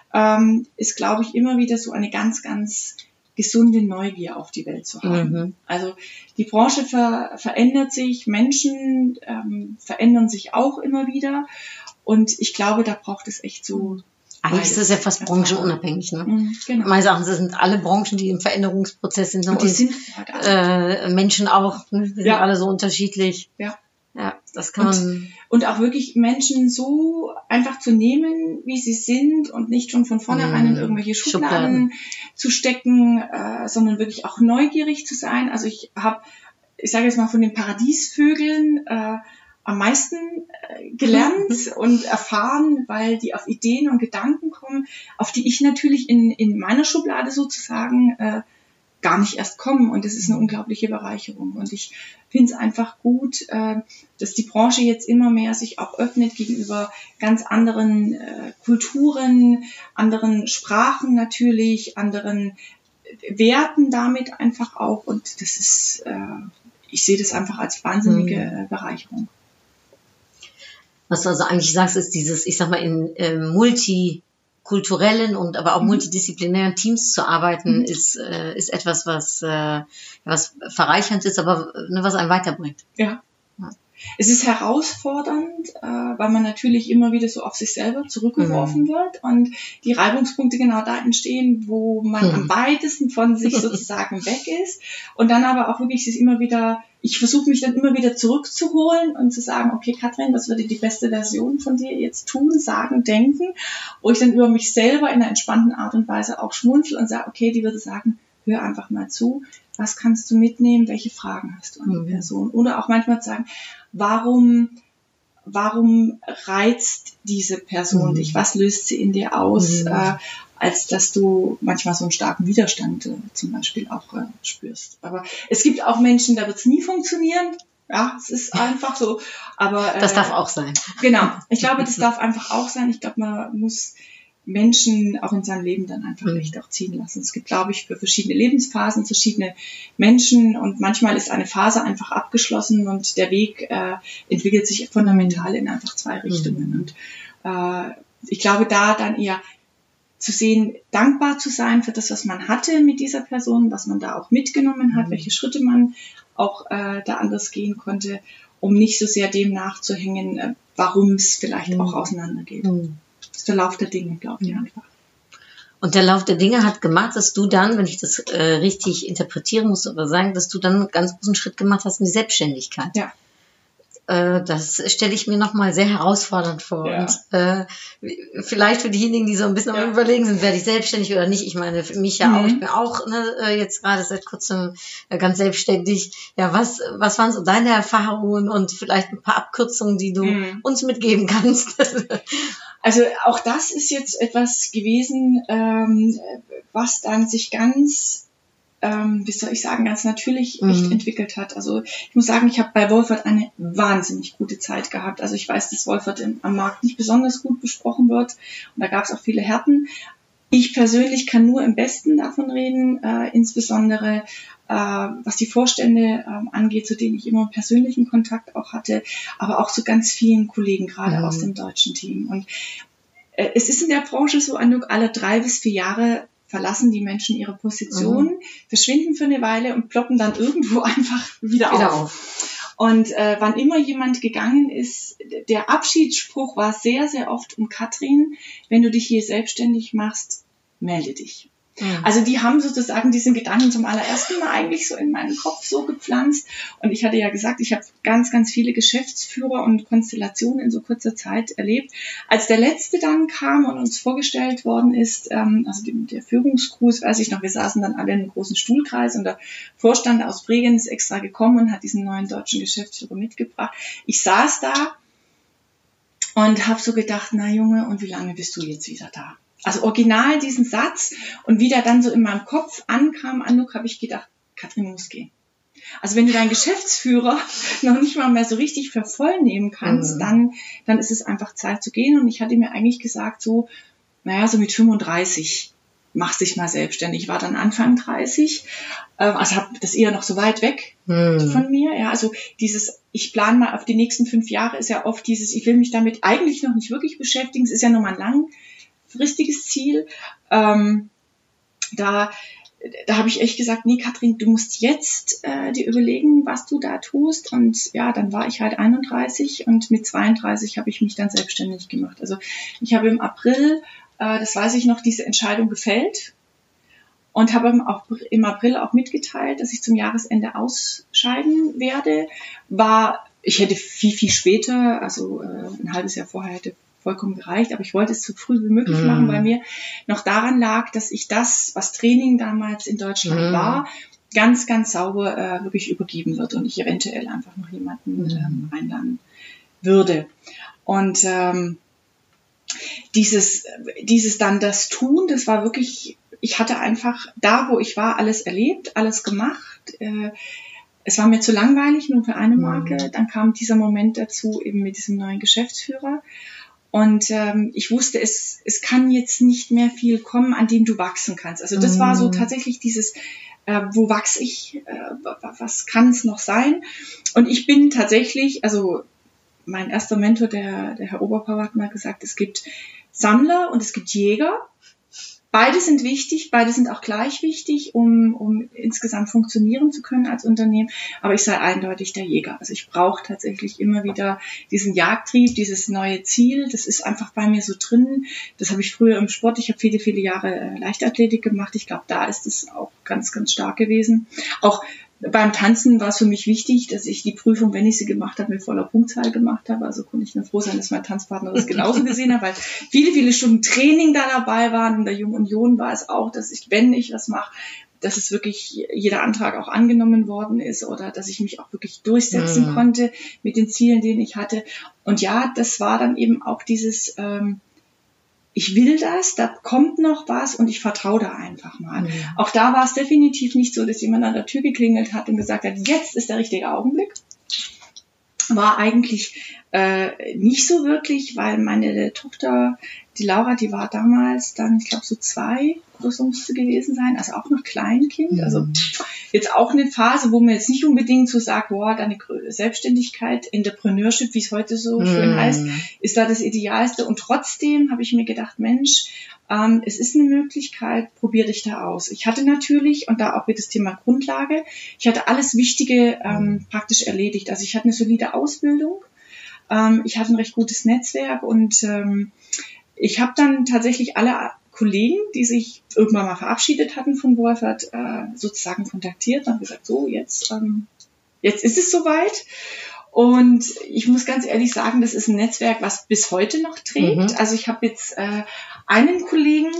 ist, glaube ich, immer wieder so eine ganz, ganz gesunde Neugier auf die Welt zu haben. Also die Branche verändert sich, Menschen verändern sich auch immer wieder. Und ich glaube, da braucht es echt so. Eigentlich ist das ja fast branchenunabhängig, ne? Genau. Meines Erachtens sind alle Branchen, die im Veränderungsprozess sind. Und die sind Menschen auch, ne? Die sind alle so unterschiedlich. Ja. Ja, das kann man. Und auch wirklich Menschen so einfach zu nehmen, wie sie sind und nicht schon von vornherein in irgendwelche Schubladen zu stecken, sondern wirklich auch neugierig zu sein. Also ich sage jetzt mal von den Paradiesvögeln am meisten gelernt und erfahren, weil die auf Ideen und Gedanken kommen, auf die ich natürlich in meiner Schublade sozusagen gar nicht erst kommen. Und das ist eine unglaubliche Bereicherung. Und ich finde es einfach gut, dass die Branche jetzt immer mehr sich auch öffnet gegenüber ganz anderen Kulturen, anderen Sprachen natürlich, anderen Werten damit einfach auch. Und das ist, ich sehe das einfach als wahnsinnige Bereicherung. Was du also eigentlich sagst, ist dieses, ich sag mal, in multikulturellen und aber auch multidisziplinären Teams zu arbeiten, ist etwas, was verreichernd ist, aber was einen weiterbringt. Ja. Es ist herausfordernd, weil man natürlich immer wieder so auf sich selber zurückgeworfen wird und die Reibungspunkte genau da entstehen, wo man am weitesten von sich sozusagen weg ist und dann aber auch wirklich ich versuche mich dann immer wieder zurückzuholen und zu sagen, okay, Katrin, was würde die beste Version von dir jetzt tun, sagen, denken, wo ich dann über mich selber in einer entspannten Art und Weise auch schmunzel und sage, okay, die würde sagen, hör einfach mal zu, was kannst du mitnehmen, welche Fragen hast du an die Person? Oder auch manchmal zu sagen, warum reizt diese Person dich? Was löst sie in dir aus, als dass du manchmal so einen starken Widerstand zum Beispiel auch spürst. Aber es gibt auch Menschen, da wird es nie funktionieren. Ja, es ist einfach so. Aber das darf auch sein. Genau. Ich glaube, das darf einfach auch sein. Ich glaube, man muss Menschen auch in seinem Leben dann einfach echt auch ziehen lassen. Es gibt, glaube ich, für verschiedene Lebensphasen verschiedene Menschen und manchmal ist eine Phase einfach abgeschlossen und der Weg entwickelt sich fundamental in einfach zwei Richtungen. Und ich glaube, da dann eher zu sehen, dankbar zu sein für das, was man hatte mit dieser Person, was man da auch mitgenommen hat, welche Schritte man auch da anders gehen konnte, um nicht so sehr dem nachzuhängen, warum es vielleicht auch auseinandergeht. Das ist der Lauf der Dinge, glaube ich einfach. Und der Lauf der Dinge hat gemacht, dass du dann, wenn ich das richtig interpretieren muss oder sagen, dass du dann einen ganz großen Schritt gemacht hast in die Selbstständigkeit. Ja. Das stelle ich mir nochmal sehr herausfordernd vor. Ja. Und vielleicht für diejenigen, die so ein bisschen am Überlegen sind, werde ich selbstständig oder nicht. Ich meine, für mich ja auch, ich bin auch jetzt gerade seit kurzem ganz selbstständig. Ja, was waren so deine Erfahrungen und vielleicht ein paar Abkürzungen, die du uns mitgeben kannst? Also auch das ist jetzt etwas gewesen, was dann sich ganz ganz natürlich echt entwickelt hat. Also ich muss sagen, ich habe bei Wolfert eine wahnsinnig gute Zeit gehabt. Also ich weiß, dass Wolfert am Markt nicht besonders gut besprochen wird und da gab es auch viele Härten. Ich persönlich kann nur im Besten davon reden, insbesondere was die Vorstände angeht, zu denen ich immer persönlichen Kontakt auch hatte, aber auch zu ganz vielen Kollegen, gerade aus dem deutschen Team. Und es ist in der Branche so, alle 3 bis 4 Jahre verlassen die Menschen ihre Position, verschwinden für eine Weile und ploppen dann irgendwo einfach wieder auf. Und wann immer jemand gegangen ist, der Abschiedsspruch war sehr, sehr oft: Und Katrin, wenn du dich hier selbstständig machst, melde dich. Also die haben sozusagen diesen Gedanken zum allerersten Mal eigentlich so in meinen Kopf so gepflanzt. Und ich hatte ja gesagt, ich habe ganz, ganz viele Geschäftsführer und Konstellationen in so kurzer Zeit erlebt. Als der letzte dann kam und uns vorgestellt worden ist, also der Führungsgruß, weiß ich noch, wir saßen dann alle in einem großen Stuhlkreis und der Vorstand aus Bregenz ist extra gekommen und hat diesen neuen deutschen Geschäftsführer mitgebracht. Ich saß da und habe so gedacht, na Junge, und wie lange bist du jetzt wieder da? Also original diesen Satz, und wie der dann so in meinem Kopf ankam, Anouk, habe ich gedacht, Katrin muss gehen. Also wenn du deinen Geschäftsführer noch nicht mal mehr so richtig für voll nehmen kannst, dann ist es einfach Zeit zu gehen. Und ich hatte mir eigentlich gesagt, so mit 35 machst dich mal selbstständig. Ich war dann Anfang 30, also habe das eher noch so weit weg von mir. Ja, also ich plane mal auf die nächsten 5 Jahre, ist ja oft ich will mich damit eigentlich noch nicht wirklich beschäftigen. Es ist ja nochmal ein langfristiges Ziel. Da habe ich echt gesagt, nee, Katrin, du musst jetzt dir überlegen, was du da tust. Und ja, dann war ich halt 31 und mit 32 habe ich mich dann selbstständig gemacht. Also ich habe im April, das weiß ich noch, diese Entscheidung gefällt und habe im April auch mitgeteilt, dass ich zum Jahresende ausscheiden werde. War Ich hätte viel, viel später, also ein halbes Jahr vorher hätte vollkommen gereicht, aber ich wollte es so früh wie möglich machen, weil mir noch daran lag, dass ich das, was Training damals in Deutschland war, ganz, ganz sauber wirklich übergeben wird und ich eventuell einfach noch jemanden einladen würde. Und dieses dann das Tun, das war wirklich, ich hatte einfach da, wo ich war, alles erlebt, alles gemacht. Es war mir zu langweilig, nur für eine Marke. Dann kam dieser Moment dazu, eben mit diesem neuen Geschäftsführer. Und ich wusste, es kann jetzt nicht mehr viel kommen, an dem du wachsen kannst. Also das war so tatsächlich dieses, wo wachse ich, was kann es noch sein? Und ich bin tatsächlich, also mein erster Mentor, der Herr Oberpauer, hat mal gesagt, es gibt Sammler und es gibt Jäger. Beide sind wichtig, beide sind auch gleich wichtig, um insgesamt funktionieren zu können als Unternehmen. Aber ich sei eindeutig der Jäger. Also ich brauche tatsächlich immer wieder diesen Jagdtrieb, dieses neue Ziel. Das ist einfach bei mir so drin. Das habe ich früher im Sport. Ich habe viele, viele Jahre Leichtathletik gemacht. Ich glaube, da ist es auch ganz, ganz stark gewesen. Auch beim Tanzen war es für mich wichtig, dass ich die Prüfung, wenn ich sie gemacht habe, mit voller Punktzahl gemacht habe. Also konnte ich nur froh sein, dass mein Tanzpartner das genauso gesehen hat, weil viele, viele Stunden Training da dabei waren. In der Jungen Union war es auch, dass ich, wenn ich was mache, dass es wirklich jeder Antrag auch angenommen worden ist oder dass ich mich auch wirklich durchsetzen konnte mit den Zielen, denen ich hatte. Und ja, das war dann eben auch dieses ich will das, da kommt noch was und ich vertraue da einfach mal. Auch da war es definitiv nicht so, dass jemand an der Tür geklingelt hat und gesagt hat, jetzt ist der richtige Augenblick. War eigentlich nicht so wirklich, weil meine Tochter, die Laura, die war damals dann, ich glaube so 2 oder so musste gewesen sein, also auch noch Kleinkind. Also jetzt auch eine Phase, wo man jetzt nicht unbedingt so sagt, boah, deine Selbstständigkeit, Entrepreneurship, wie es heute so schön heißt, ist da das Idealste. Und trotzdem habe ich mir gedacht, Mensch, es ist eine Möglichkeit, probier dich da aus. Ich hatte natürlich, und da auch wieder das Thema Grundlage, ich hatte alles Wichtige praktisch erledigt. Also ich hatte eine solide Ausbildung, ich hatte ein recht gutes Netzwerk und ich habe dann tatsächlich alle Kollegen, die sich irgendwann mal verabschiedet hatten von Wolfert, sozusagen kontaktiert und gesagt, so, jetzt ist es soweit. Und ich muss ganz ehrlich sagen, das ist ein Netzwerk, was bis heute noch trägt. Also ich habe jetzt einen Kollegen,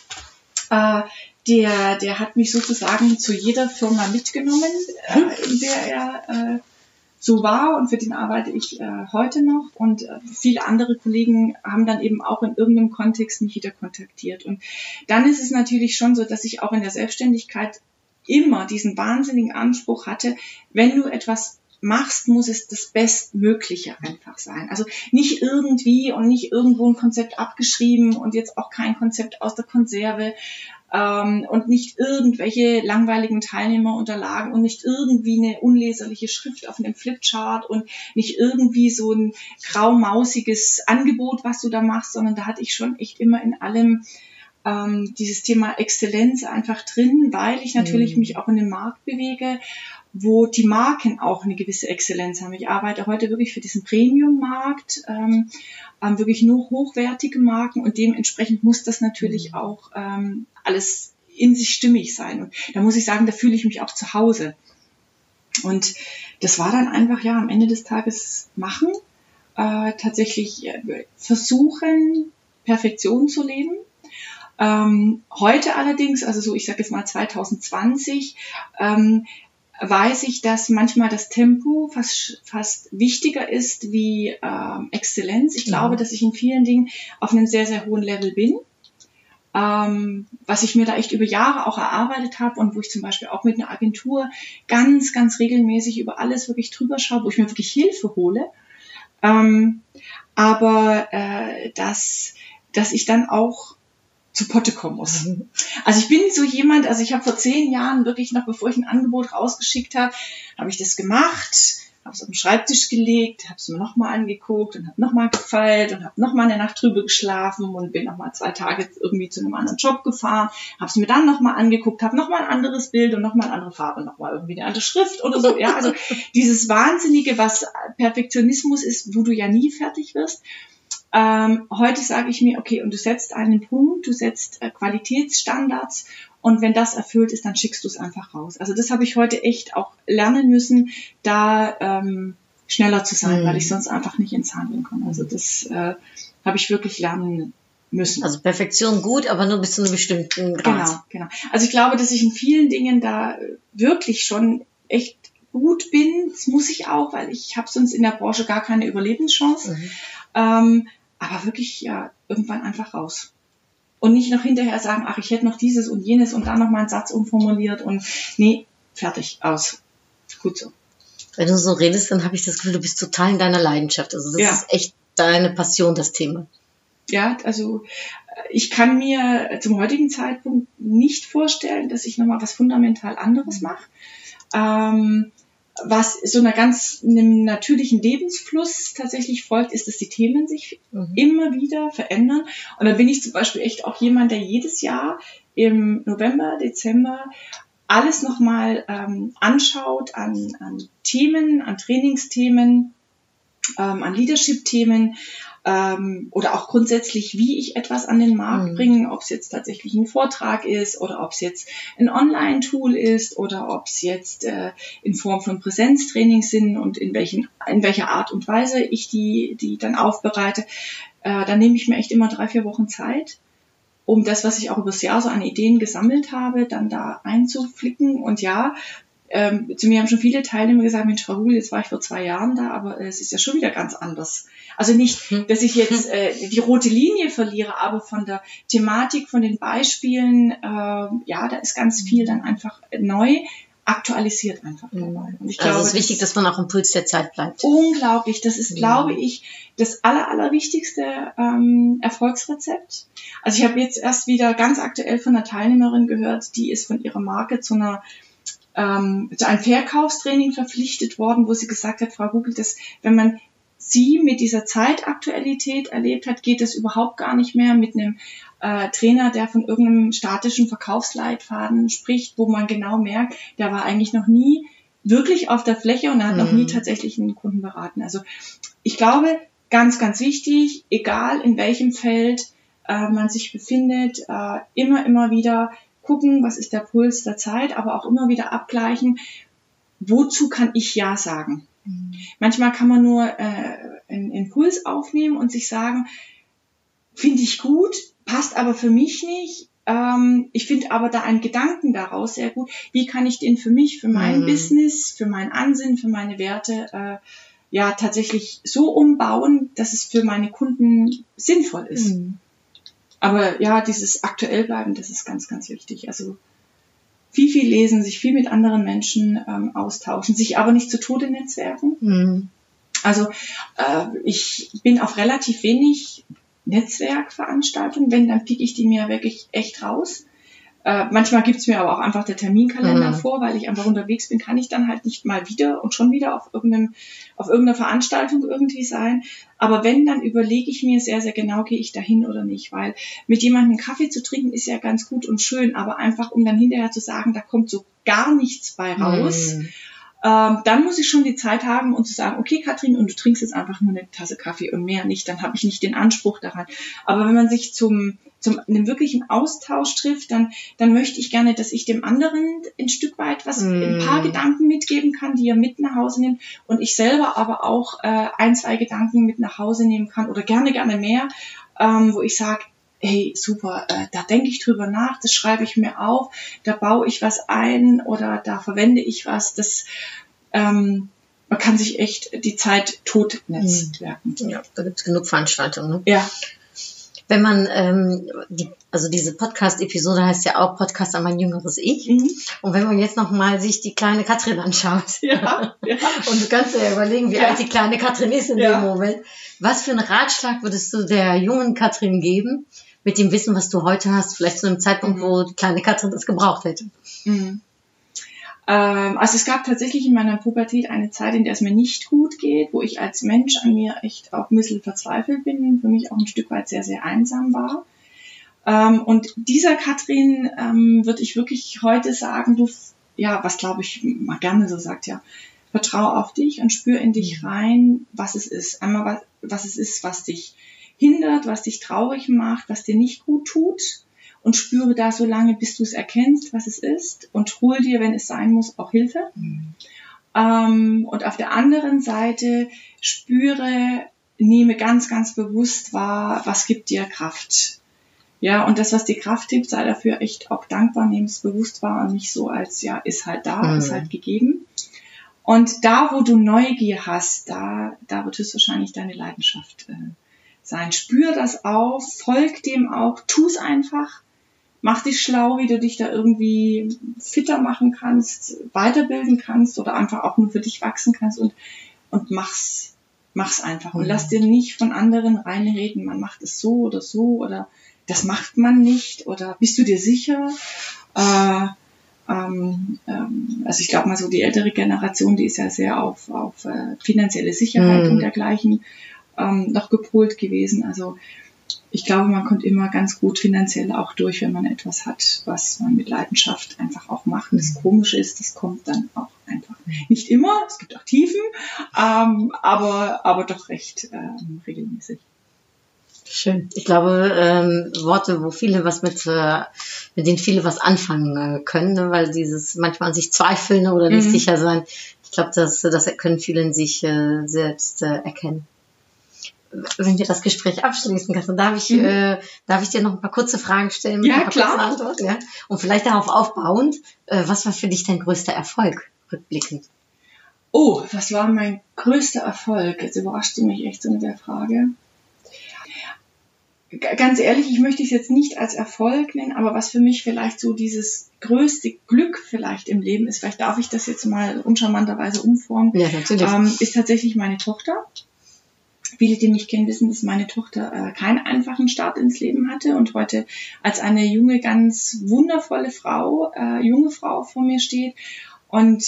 der hat mich sozusagen zu jeder Firma mitgenommen, in der er so war und für den arbeite ich heute noch und viele andere Kollegen haben dann eben auch in irgendeinem Kontext mich wieder kontaktiert. Und dann ist es natürlich schon so, dass ich auch in der Selbstständigkeit immer diesen wahnsinnigen Anspruch hatte, wenn du etwas machst, muss es das Bestmögliche einfach sein. Also nicht irgendwie und nicht irgendwo ein Konzept abgeschrieben und jetzt auch kein Konzept aus der Konserve und nicht irgendwelche langweiligen Teilnehmerunterlagen und nicht irgendwie eine unleserliche Schrift auf einem Flipchart und nicht irgendwie so ein graumausiges Angebot, was du da machst, sondern da hatte ich schon echt immer in allem dieses Thema Exzellenz einfach drin, weil ich natürlich mich auch in dem Markt bewege, wo die Marken auch eine gewisse Exzellenz haben. Ich arbeite heute wirklich für diesen Premium-Markt, wirklich nur hochwertige Marken und dementsprechend muss das natürlich auch alles in sich stimmig sein. Und da muss ich sagen, da fühle ich mich auch zu Hause. Und das war dann einfach, ja, am Ende des Tages machen, tatsächlich versuchen, Perfektion zu leben. Heute allerdings, also so, ich sage jetzt mal 2020, weiß ich, dass manchmal das Tempo fast wichtiger ist wie Exzellenz. Ich glaube, dass ich in vielen Dingen auf einem sehr, sehr hohen Level bin, was ich mir da echt über Jahre auch erarbeitet habe und wo ich zum Beispiel auch mit einer Agentur ganz, ganz regelmäßig über alles wirklich drüber schaue, wo ich mir wirklich Hilfe hole. Aber dass ich dann auch zu Potte kommen muss. Also ich bin so jemand, also ich habe vor 10 Jahren wirklich noch, bevor ich ein Angebot rausgeschickt habe, habe ich das gemacht, habe es auf den Schreibtisch gelegt, habe es mir nochmal angeguckt und habe nochmal gefeilt und habe nochmal eine Nacht drüber geschlafen und bin nochmal 2 Tage irgendwie zu einem anderen Job gefahren, habe es mir dann nochmal angeguckt, habe nochmal ein anderes Bild und nochmal eine andere Farbe, nochmal irgendwie eine andere Schrift oder so. Ja, also dieses Wahnsinnige, was Perfektionismus ist, wo du ja nie fertig wirst. Heute sage ich mir, okay, und du setzt einen Punkt, du setzt Qualitätsstandards und wenn das erfüllt ist, dann schickst du es einfach raus. Also das habe ich heute echt auch lernen müssen, da schneller zu sein, weil ich sonst einfach nicht ins Handeln komme. Also das habe ich wirklich lernen müssen. Also Perfektion gut, aber nur bis zu einem bestimmten Grad. Genau. Also ich glaube, dass ich in vielen Dingen da wirklich schon echt gut bin. Das muss ich auch, weil ich habe sonst in der Branche gar keine Überlebenschance. Aber wirklich ja irgendwann einfach raus. Und nicht noch hinterher sagen, ach, ich hätte noch dieses und jenes und dann noch mal einen Satz umformuliert und nee, fertig, aus. Gut so. Wenn du so redest, dann habe ich das Gefühl, du bist total in deiner Leidenschaft. Also das ist echt deine Passion, das Thema. Ja, also ich kann mir zum heutigen Zeitpunkt nicht vorstellen, dass ich nochmal was fundamental anderes mache. Was so einem natürlichen Lebensfluss tatsächlich folgt, ist, dass die Themen sich immer wieder verändern. Und da bin ich zum Beispiel echt auch jemand, der jedes Jahr im November, Dezember alles nochmal anschaut an Themen, an Trainingsthemen, an Leadership-Themen, oder auch grundsätzlich, wie ich etwas an den Markt bringe, ob es jetzt tatsächlich ein Vortrag ist oder ob es jetzt ein Online-Tool ist oder ob es jetzt in Form von Präsenztrainings sind und in welcher Art und Weise ich die dann aufbereite. Da nehme ich mir echt immer 3-4 Wochen Zeit, um das, was ich auch übers Jahr so an Ideen gesammelt habe, dann da einzuflicken. Und ja, zu mir haben schon viele Teilnehmer gesagt, Mensch, Frau Hugel, jetzt war ich vor 2 Jahren da, aber es ist ja schon wieder ganz anders. Also nicht, dass ich jetzt die rote Linie verliere, aber von der Thematik, von den Beispielen, da ist ganz viel dann einfach neu aktualisiert einfach dabei. Und ich glaube, also es ist wichtig, dass man auch im Puls der Zeit bleibt. Unglaublich. Das ist, glaube ich, das allerwichtigste Erfolgsrezept. Also ich habe jetzt erst wieder ganz aktuell von einer Teilnehmerin gehört, die ist von ihrer Marke zu einem Verkaufstraining verpflichtet worden, wo sie gesagt hat, Frau Hugel, dass wenn man sie mit dieser Zeitaktualität erlebt hat, geht es überhaupt gar nicht mehr mit einem Trainer, der von irgendeinem statischen Verkaufsleitfaden spricht, wo man genau merkt, der war eigentlich noch nie wirklich auf der Fläche und er hat noch nie tatsächlich einen Kunden beraten. Also ich glaube, ganz, ganz wichtig, egal in welchem Feld man sich befindet, immer wieder gucken, was ist der Puls der Zeit, aber auch immer wieder abgleichen, wozu kann ich Ja sagen. Manchmal kann man nur einen Impuls aufnehmen und sich sagen, finde ich gut, passt aber für mich nicht. Ich finde aber da einen Gedanken daraus sehr gut. Wie kann ich den für mich, für mein Business, für mein Ansinnen, für meine Werte tatsächlich so umbauen, dass es für meine Kunden sinnvoll ist. Aber ja, dieses aktuell bleiben, das ist ganz, ganz wichtig. Also viel lesen, sich viel mit anderen Menschen austauschen, sich aber nicht zu Tode netzwerken. Also ich bin auf relativ wenig Netzwerkveranstaltungen, wenn, dann pick ich die mir wirklich echt raus. Manchmal gibt's mir aber auch einfach der Terminkalender vor, weil ich einfach unterwegs bin, kann ich dann halt nicht mal wieder und schon wieder auf irgendeiner Veranstaltung irgendwie sein. Aber wenn, dann überlege ich mir sehr, sehr genau, gehe ich dahin oder nicht, weil mit jemandem einen Kaffee zu trinken ist ja ganz gut und schön, aber einfach, um dann hinterher zu sagen, da kommt so gar nichts bei raus, dann muss ich schon die Zeit haben und zu sagen, okay, Katrin, und du trinkst jetzt einfach nur eine Tasse Kaffee und mehr nicht, dann habe ich nicht den Anspruch daran. Aber wenn man sich zum einem wirklichen Austausch trifft, dann möchte ich gerne, dass ich dem anderen ein Stück weit ein paar Gedanken mitgeben kann, die er mit nach Hause nimmt und ich selber aber auch 1-2 Gedanken mit nach Hause nehmen kann oder gerne mehr, wo ich sage, hey, super, da denke ich drüber nach, das schreibe ich mir auf, da baue ich was ein oder da verwende ich was, das man kann sich echt die Zeit tot netzwerken. Ja, da gibt es genug Veranstaltungen. Ne? Ja. Wenn man, diese Podcast-Episode heißt ja auch Podcast an mein jüngeres Ich. Und wenn man jetzt nochmal sich die kleine Katrin anschaut, und du kannst dir ja überlegen, wie alt die kleine Katrin ist in dem Moment, was für einen Ratschlag würdest du der jungen Katrin geben, mit dem Wissen, was du heute hast, vielleicht zu einem Zeitpunkt, wo die kleine Katrin das gebraucht hätte? Also es gab tatsächlich in meiner Pubertät eine Zeit, in der es mir nicht gut geht, wo ich als Mensch an mir echt auch ein bisschen verzweifelt bin, für mich auch ein Stück weit sehr, sehr einsam war. Und dieser Katrin würde ich wirklich heute sagen, was glaube ich mal gerne so sagt, vertrau auf dich und spür in dich rein, was es ist. Einmal, was es ist, was dich hindert, was dich traurig macht, was dir nicht gut tut. Und spüre da so lange, bis du es erkennst, was es ist und hol dir, wenn es sein muss, auch Hilfe. Und auf der anderen Seite nehme ganz, ganz bewusst wahr, was gibt dir Kraft. Ja, und das, was dir Kraft gibt, sei dafür echt auch dankbar, nehme es bewusst wahr und nicht so als, ja, ist halt da, ist halt gegeben. Und da, wo du Neugier hast, da wird höchstwahrscheinlich deine Leidenschaft sein. Spür das auf, folg dem auch, tu es einfach. Mach dich schlau, wie du dich da irgendwie fitter machen kannst, weiterbilden kannst oder einfach auch nur für dich wachsen kannst und mach's einfach. Und lass dir nicht von anderen reinreden, man macht es so oder das macht man nicht oder bist du dir sicher? Also ich glaube mal so, die ältere Generation, die ist ja sehr auf finanzielle Sicherheit und dergleichen noch gepolt gewesen. Also ich glaube, man kommt immer ganz gut finanziell auch durch, wenn man etwas hat, was man mit Leidenschaft einfach auch macht. Und das Komische ist, das kommt dann auch einfach. Nicht immer, es gibt auch Tiefen, aber doch recht regelmäßig. Schön. Ich glaube, Worte, wo viele was mit denen viele was anfangen können, ne? Weil dieses manchmal an sich zweifeln oder nicht sicher sein. Ich glaube, das können viele in sich selbst erkennen. Wenn wir das Gespräch abschließen können, darf ich dir noch ein paar kurze Fragen stellen? Ja, klar. Antworten, ja? Und vielleicht darauf aufbauend, was war für dich dein größter Erfolg, rückblickend? Oh, was war mein größter Erfolg? Jetzt überraschte mich echt so mit der Frage. Ganz ehrlich, ich möchte es jetzt nicht als Erfolg nennen, aber was für mich vielleicht so dieses größte Glück vielleicht im Leben ist, vielleicht darf ich das jetzt mal uncharmanterweise umformen, Ja, natürlich. ist tatsächlich meine Tochter. Viele, die mich kennen, wissen, dass meine Tochter keinen einfachen Start ins Leben hatte und heute als eine junge, ganz wundervolle junge Frau vor mir steht. Und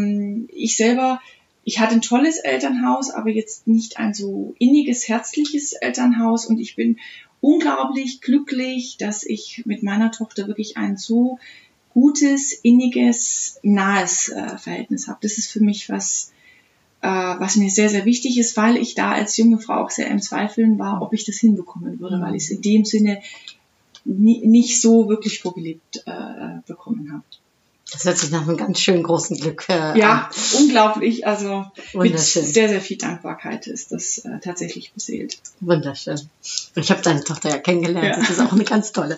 ich hatte ein tolles Elternhaus, aber jetzt nicht ein so inniges, herzliches Elternhaus. Und ich bin unglaublich glücklich, dass ich mit meiner Tochter wirklich ein so gutes, inniges, nahes Verhältnis habe. Das ist für mich was mir sehr, sehr wichtig ist, weil ich da als junge Frau auch sehr im Zweifeln war, ob ich das hinbekommen würde, weil ich es in dem Sinne nicht so wirklich vorgelebt bekommen habe. Das hört sich nach einem ganz schön großen Glück Ja, an. Unglaublich. Also mit Wunderschön. sehr, sehr viel Dankbarkeit ist das tatsächlich beseelt. Wunderschön. Und ich habe deine Tochter ja kennengelernt. Ja. Das ist auch eine ganz tolle.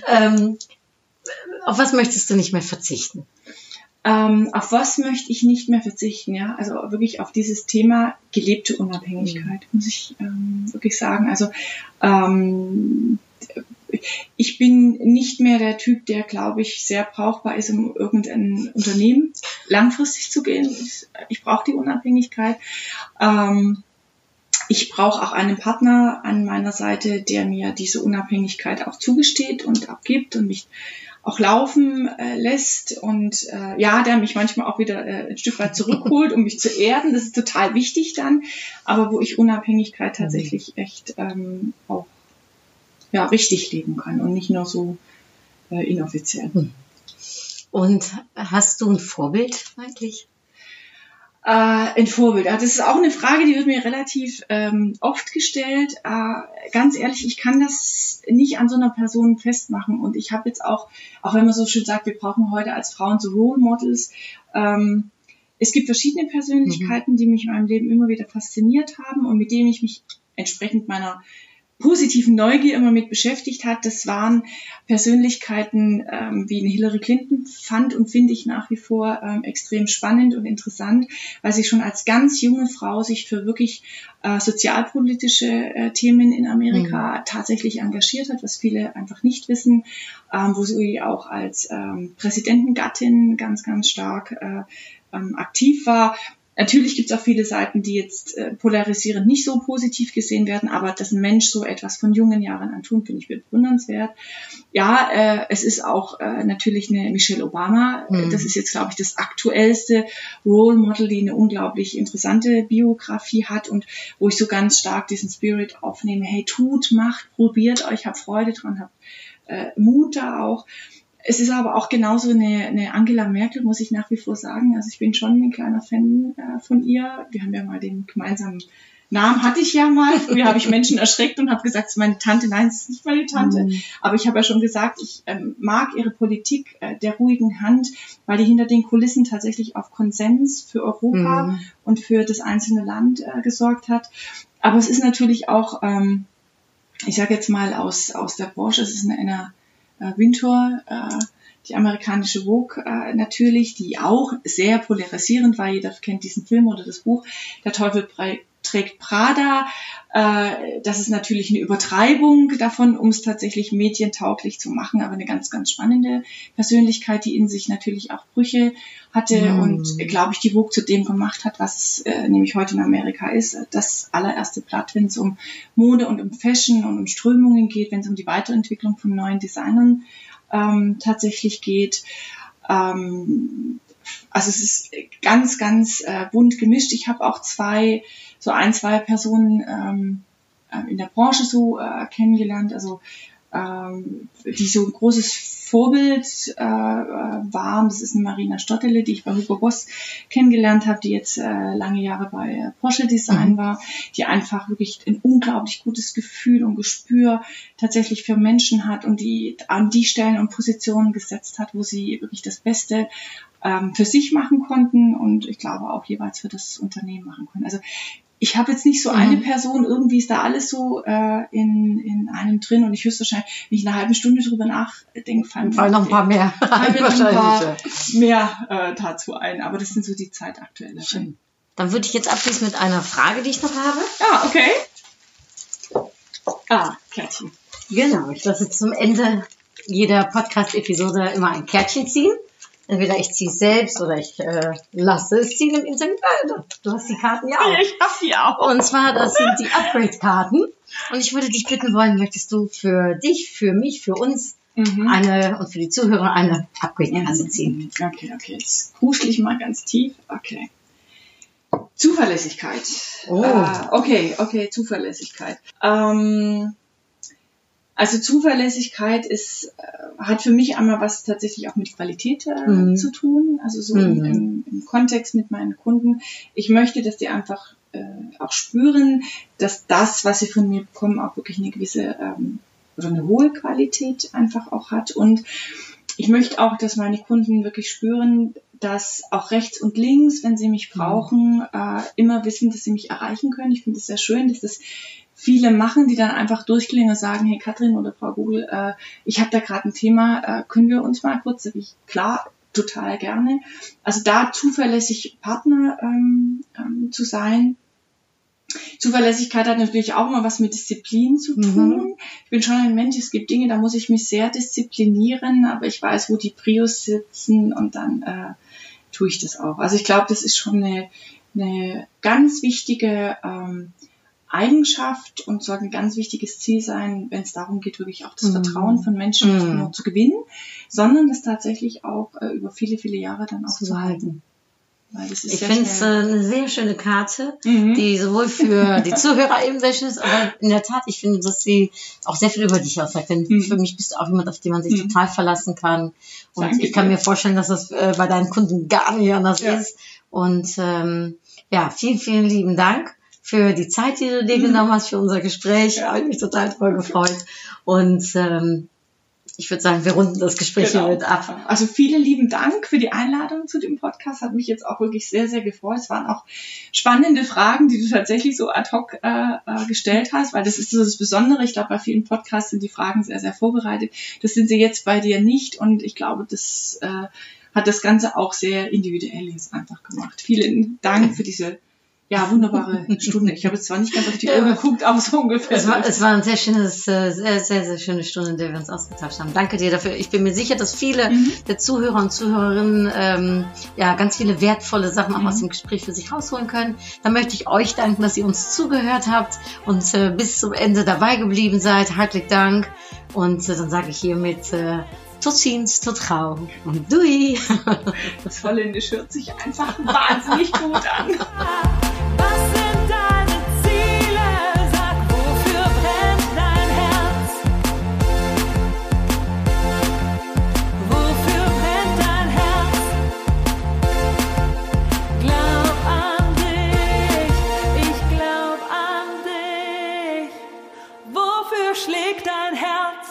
Auf was möchtest du nicht mehr verzichten? Auf was möchte ich nicht mehr verzichten? Ja, also wirklich auf dieses Thema gelebte Unabhängigkeit, muss ich wirklich sagen. Also ich bin nicht mehr der Typ, der, glaube ich, sehr brauchbar ist, um irgendein Unternehmen langfristig zu gehen. Ich brauche die Unabhängigkeit. Ich brauche auch einen Partner an meiner Seite, der mir diese Unabhängigkeit auch zugesteht und abgibt und mich auch laufen lässt und der mich manchmal auch wieder ein Stück weit zurückholt, um mich zu erden. Das ist total wichtig dann, aber wo ich Unabhängigkeit tatsächlich echt auch richtig leben kann und nicht nur so inoffiziell. Und hast du ein Vorbild eigentlich? Ein Vorbild. Das ist auch eine Frage, die wird mir relativ oft gestellt. Ganz ehrlich, ich kann das nicht an so einer Person festmachen. Und ich habe jetzt auch wenn man so schön sagt, wir brauchen heute als Frauen so Role Models. Es gibt verschiedene Persönlichkeiten, die mich in meinem Leben immer wieder fasziniert haben und mit denen ich mich entsprechend meiner positiven Neugier immer mit beschäftigt hat. Das waren Persönlichkeiten wie eine Hillary Clinton, fand und finde ich nach wie vor extrem spannend und interessant, weil sie schon als ganz junge Frau sich für wirklich sozialpolitische Themen in Amerika tatsächlich engagiert hat, was viele einfach nicht wissen, wo sie auch als Präsidentengattin ganz, ganz stark aktiv war. Natürlich gibt es auch viele Seiten, die jetzt polarisierend nicht so positiv gesehen werden, aber dass ein Mensch so etwas von jungen Jahren an tun, finde ich bewundernswert. Ja, es ist auch natürlich eine Michelle Obama. Das ist jetzt, glaube ich, das aktuellste Role Model, die eine unglaublich interessante Biografie hat und wo ich so ganz stark diesen Spirit aufnehme. Hey, tut, macht, probiert euch, habt Freude dran, habt Mut da auch. Es ist aber auch genauso eine Angela Merkel, muss ich nach wie vor sagen. Also ich bin schon ein kleiner Fan von ihr. Wir haben ja mal den gemeinsamen Namen hatte ich ja mal. Früher habe ich Menschen erschreckt und habe gesagt, es ist meine Tante. Nein, es ist nicht meine Tante. Aber ich habe ja schon gesagt, ich mag ihre Politik der ruhigen Hand, weil die hinter den Kulissen tatsächlich auf Konsens für Europa und für das einzelne Land gesorgt hat. Aber es ist natürlich auch, ich sage jetzt mal aus der Branche, es ist eine Wintour, die amerikanische Vogue natürlich, die auch sehr polarisierend war. Jeder kennt diesen Film oder das Buch, Der Teufel trägt Prada. Das ist natürlich eine Übertreibung davon, um es tatsächlich medientauglich zu machen, aber eine ganz, ganz spannende Persönlichkeit, die in sich natürlich auch Brüche hatte und, glaube ich, die Vogue zu dem gemacht hat, was nämlich heute in Amerika ist. Das allererste Blatt, wenn es um Mode und um Fashion und um Strömungen geht, wenn es um die Weiterentwicklung von neuen Designern tatsächlich geht. Also es ist ganz, ganz bunt gemischt. Ich habe auch zwei Personen in der Branche so kennengelernt, also die so ein großes Vorbild waren. Das ist eine Marina Stottele, die ich bei Hugo Boss kennengelernt habe, die jetzt lange Jahre bei Porsche Design war, die einfach wirklich ein unglaublich gutes Gefühl und Gespür tatsächlich für Menschen hat und die an die Stellen und Positionen gesetzt hat, wo sie wirklich das Beste für sich machen konnten und ich glaube auch jeweils für das Unternehmen machen können. Also ich habe jetzt nicht so eine Person, irgendwie ist da alles so in einem drin und ich höchstwahrscheinlich, wenn ich eine halbe Stunde drüber nachdenke, fallen mir noch ein paar mehr. Dazu ein. Aber das sind so die zeitaktuelle. Schön. Dann würde ich jetzt abschließen mit einer Frage, die ich noch habe. Ja, okay. Kärtchen. Genau, ich lasse zum Ende jeder Podcast-Episode immer ein Kärtchen ziehen. Entweder ich ziehe es selbst oder ich lasse es ziehen im Internet. Du hast die Karten ja auch. Ich habe die auch. Und zwar, das sind die Upgrade-Karten. Und ich würde dich bitten wollen, möchtest du für dich, für mich, für uns eine und für die Zuhörer eine Upgrade-Karte ziehen? Okay. Jetzt kuschel ich mal ganz tief. Okay. Zuverlässigkeit. Okay, Zuverlässigkeit. Also Zuverlässigkeit hat für mich einmal was tatsächlich auch mit Qualität zu tun, also so im Kontext mit meinen Kunden. Ich möchte, dass die einfach auch spüren, dass das, was sie von mir bekommen, auch wirklich eine gewisse oder eine hohe Qualität einfach auch hat. Und ich möchte auch, dass meine Kunden wirklich spüren, dass auch rechts und links, wenn sie mich brauchen, immer wissen, dass sie mich erreichen können. Ich finde es sehr schön, dass das viele machen, die dann einfach durchklingen und sagen, hey Katrin oder Frau Google, ich habe da gerade ein Thema, können wir uns mal kurz, sag ich, klar, total gerne. Also da zuverlässig Partner zu sein. Zuverlässigkeit hat natürlich auch immer was mit Disziplin zu tun. Ich bin schon ein Mensch, es gibt Dinge, da muss ich mich sehr disziplinieren, aber ich weiß, wo die Prios sitzen und dann tue ich das auch. Also ich glaube, das ist schon eine ganz wichtige Eigenschaft und sollte ein ganz wichtiges Ziel sein, wenn es darum geht, wirklich auch das Vertrauen von Menschen nicht nur zu gewinnen, sondern das tatsächlich auch über viele, viele Jahre dann auch zu halten. Weil das ist ich finde es eine sehr schöne Karte, die sowohl für die Zuhörer eben sehr schön ist, aber in der Tat, ich finde, dass sie auch sehr viel über dich aussagt. Denn für mich bist du auch jemand, auf den man sich total verlassen kann. Und danke ich kann mir vorstellen, dass das bei deinen Kunden gar nicht anders ist. Und vielen, vielen lieben Dank für die Zeit, die du dir genommen hast für unser Gespräch. Ich habe mich total voll gefreut. Und ich würde sagen, wir runden das Gespräch hier mit ab. Also vielen lieben Dank für die Einladung zu dem Podcast. Hat mich jetzt auch wirklich sehr, sehr gefreut. Es waren auch spannende Fragen, die du tatsächlich so ad hoc gestellt hast, weil das ist so das Besondere. Ich glaube, bei vielen Podcasts sind die Fragen sehr, sehr vorbereitet. Das sind sie jetzt bei dir nicht und ich glaube, das hat das Ganze auch sehr individuell jetzt einfach gemacht. Vielen Dank für diese wunderbare Stunde. Ich habe jetzt zwar nicht ganz auf die Uhr geguckt, aber so ungefähr. Es war ein sehr schönes, sehr, sehr schöne Stunde, in der wir uns ausgetauscht haben. Danke dir dafür. Ich bin mir sicher, dass viele der Zuhörer und Zuhörerinnen ganz viele wertvolle Sachen auch aus dem Gespräch für sich rausholen können. Dann möchte ich euch danken, dass ihr uns zugehört habt und bis zum Ende dabei geblieben seid. Herzlichen Dank. Und dann sage ich hiermit tot ziens, tot gauw und doei. Das Holländisch hört sich einfach wahnsinnig gut an. Glaub an dich, ich glaub an wofür schlägt dein Herz?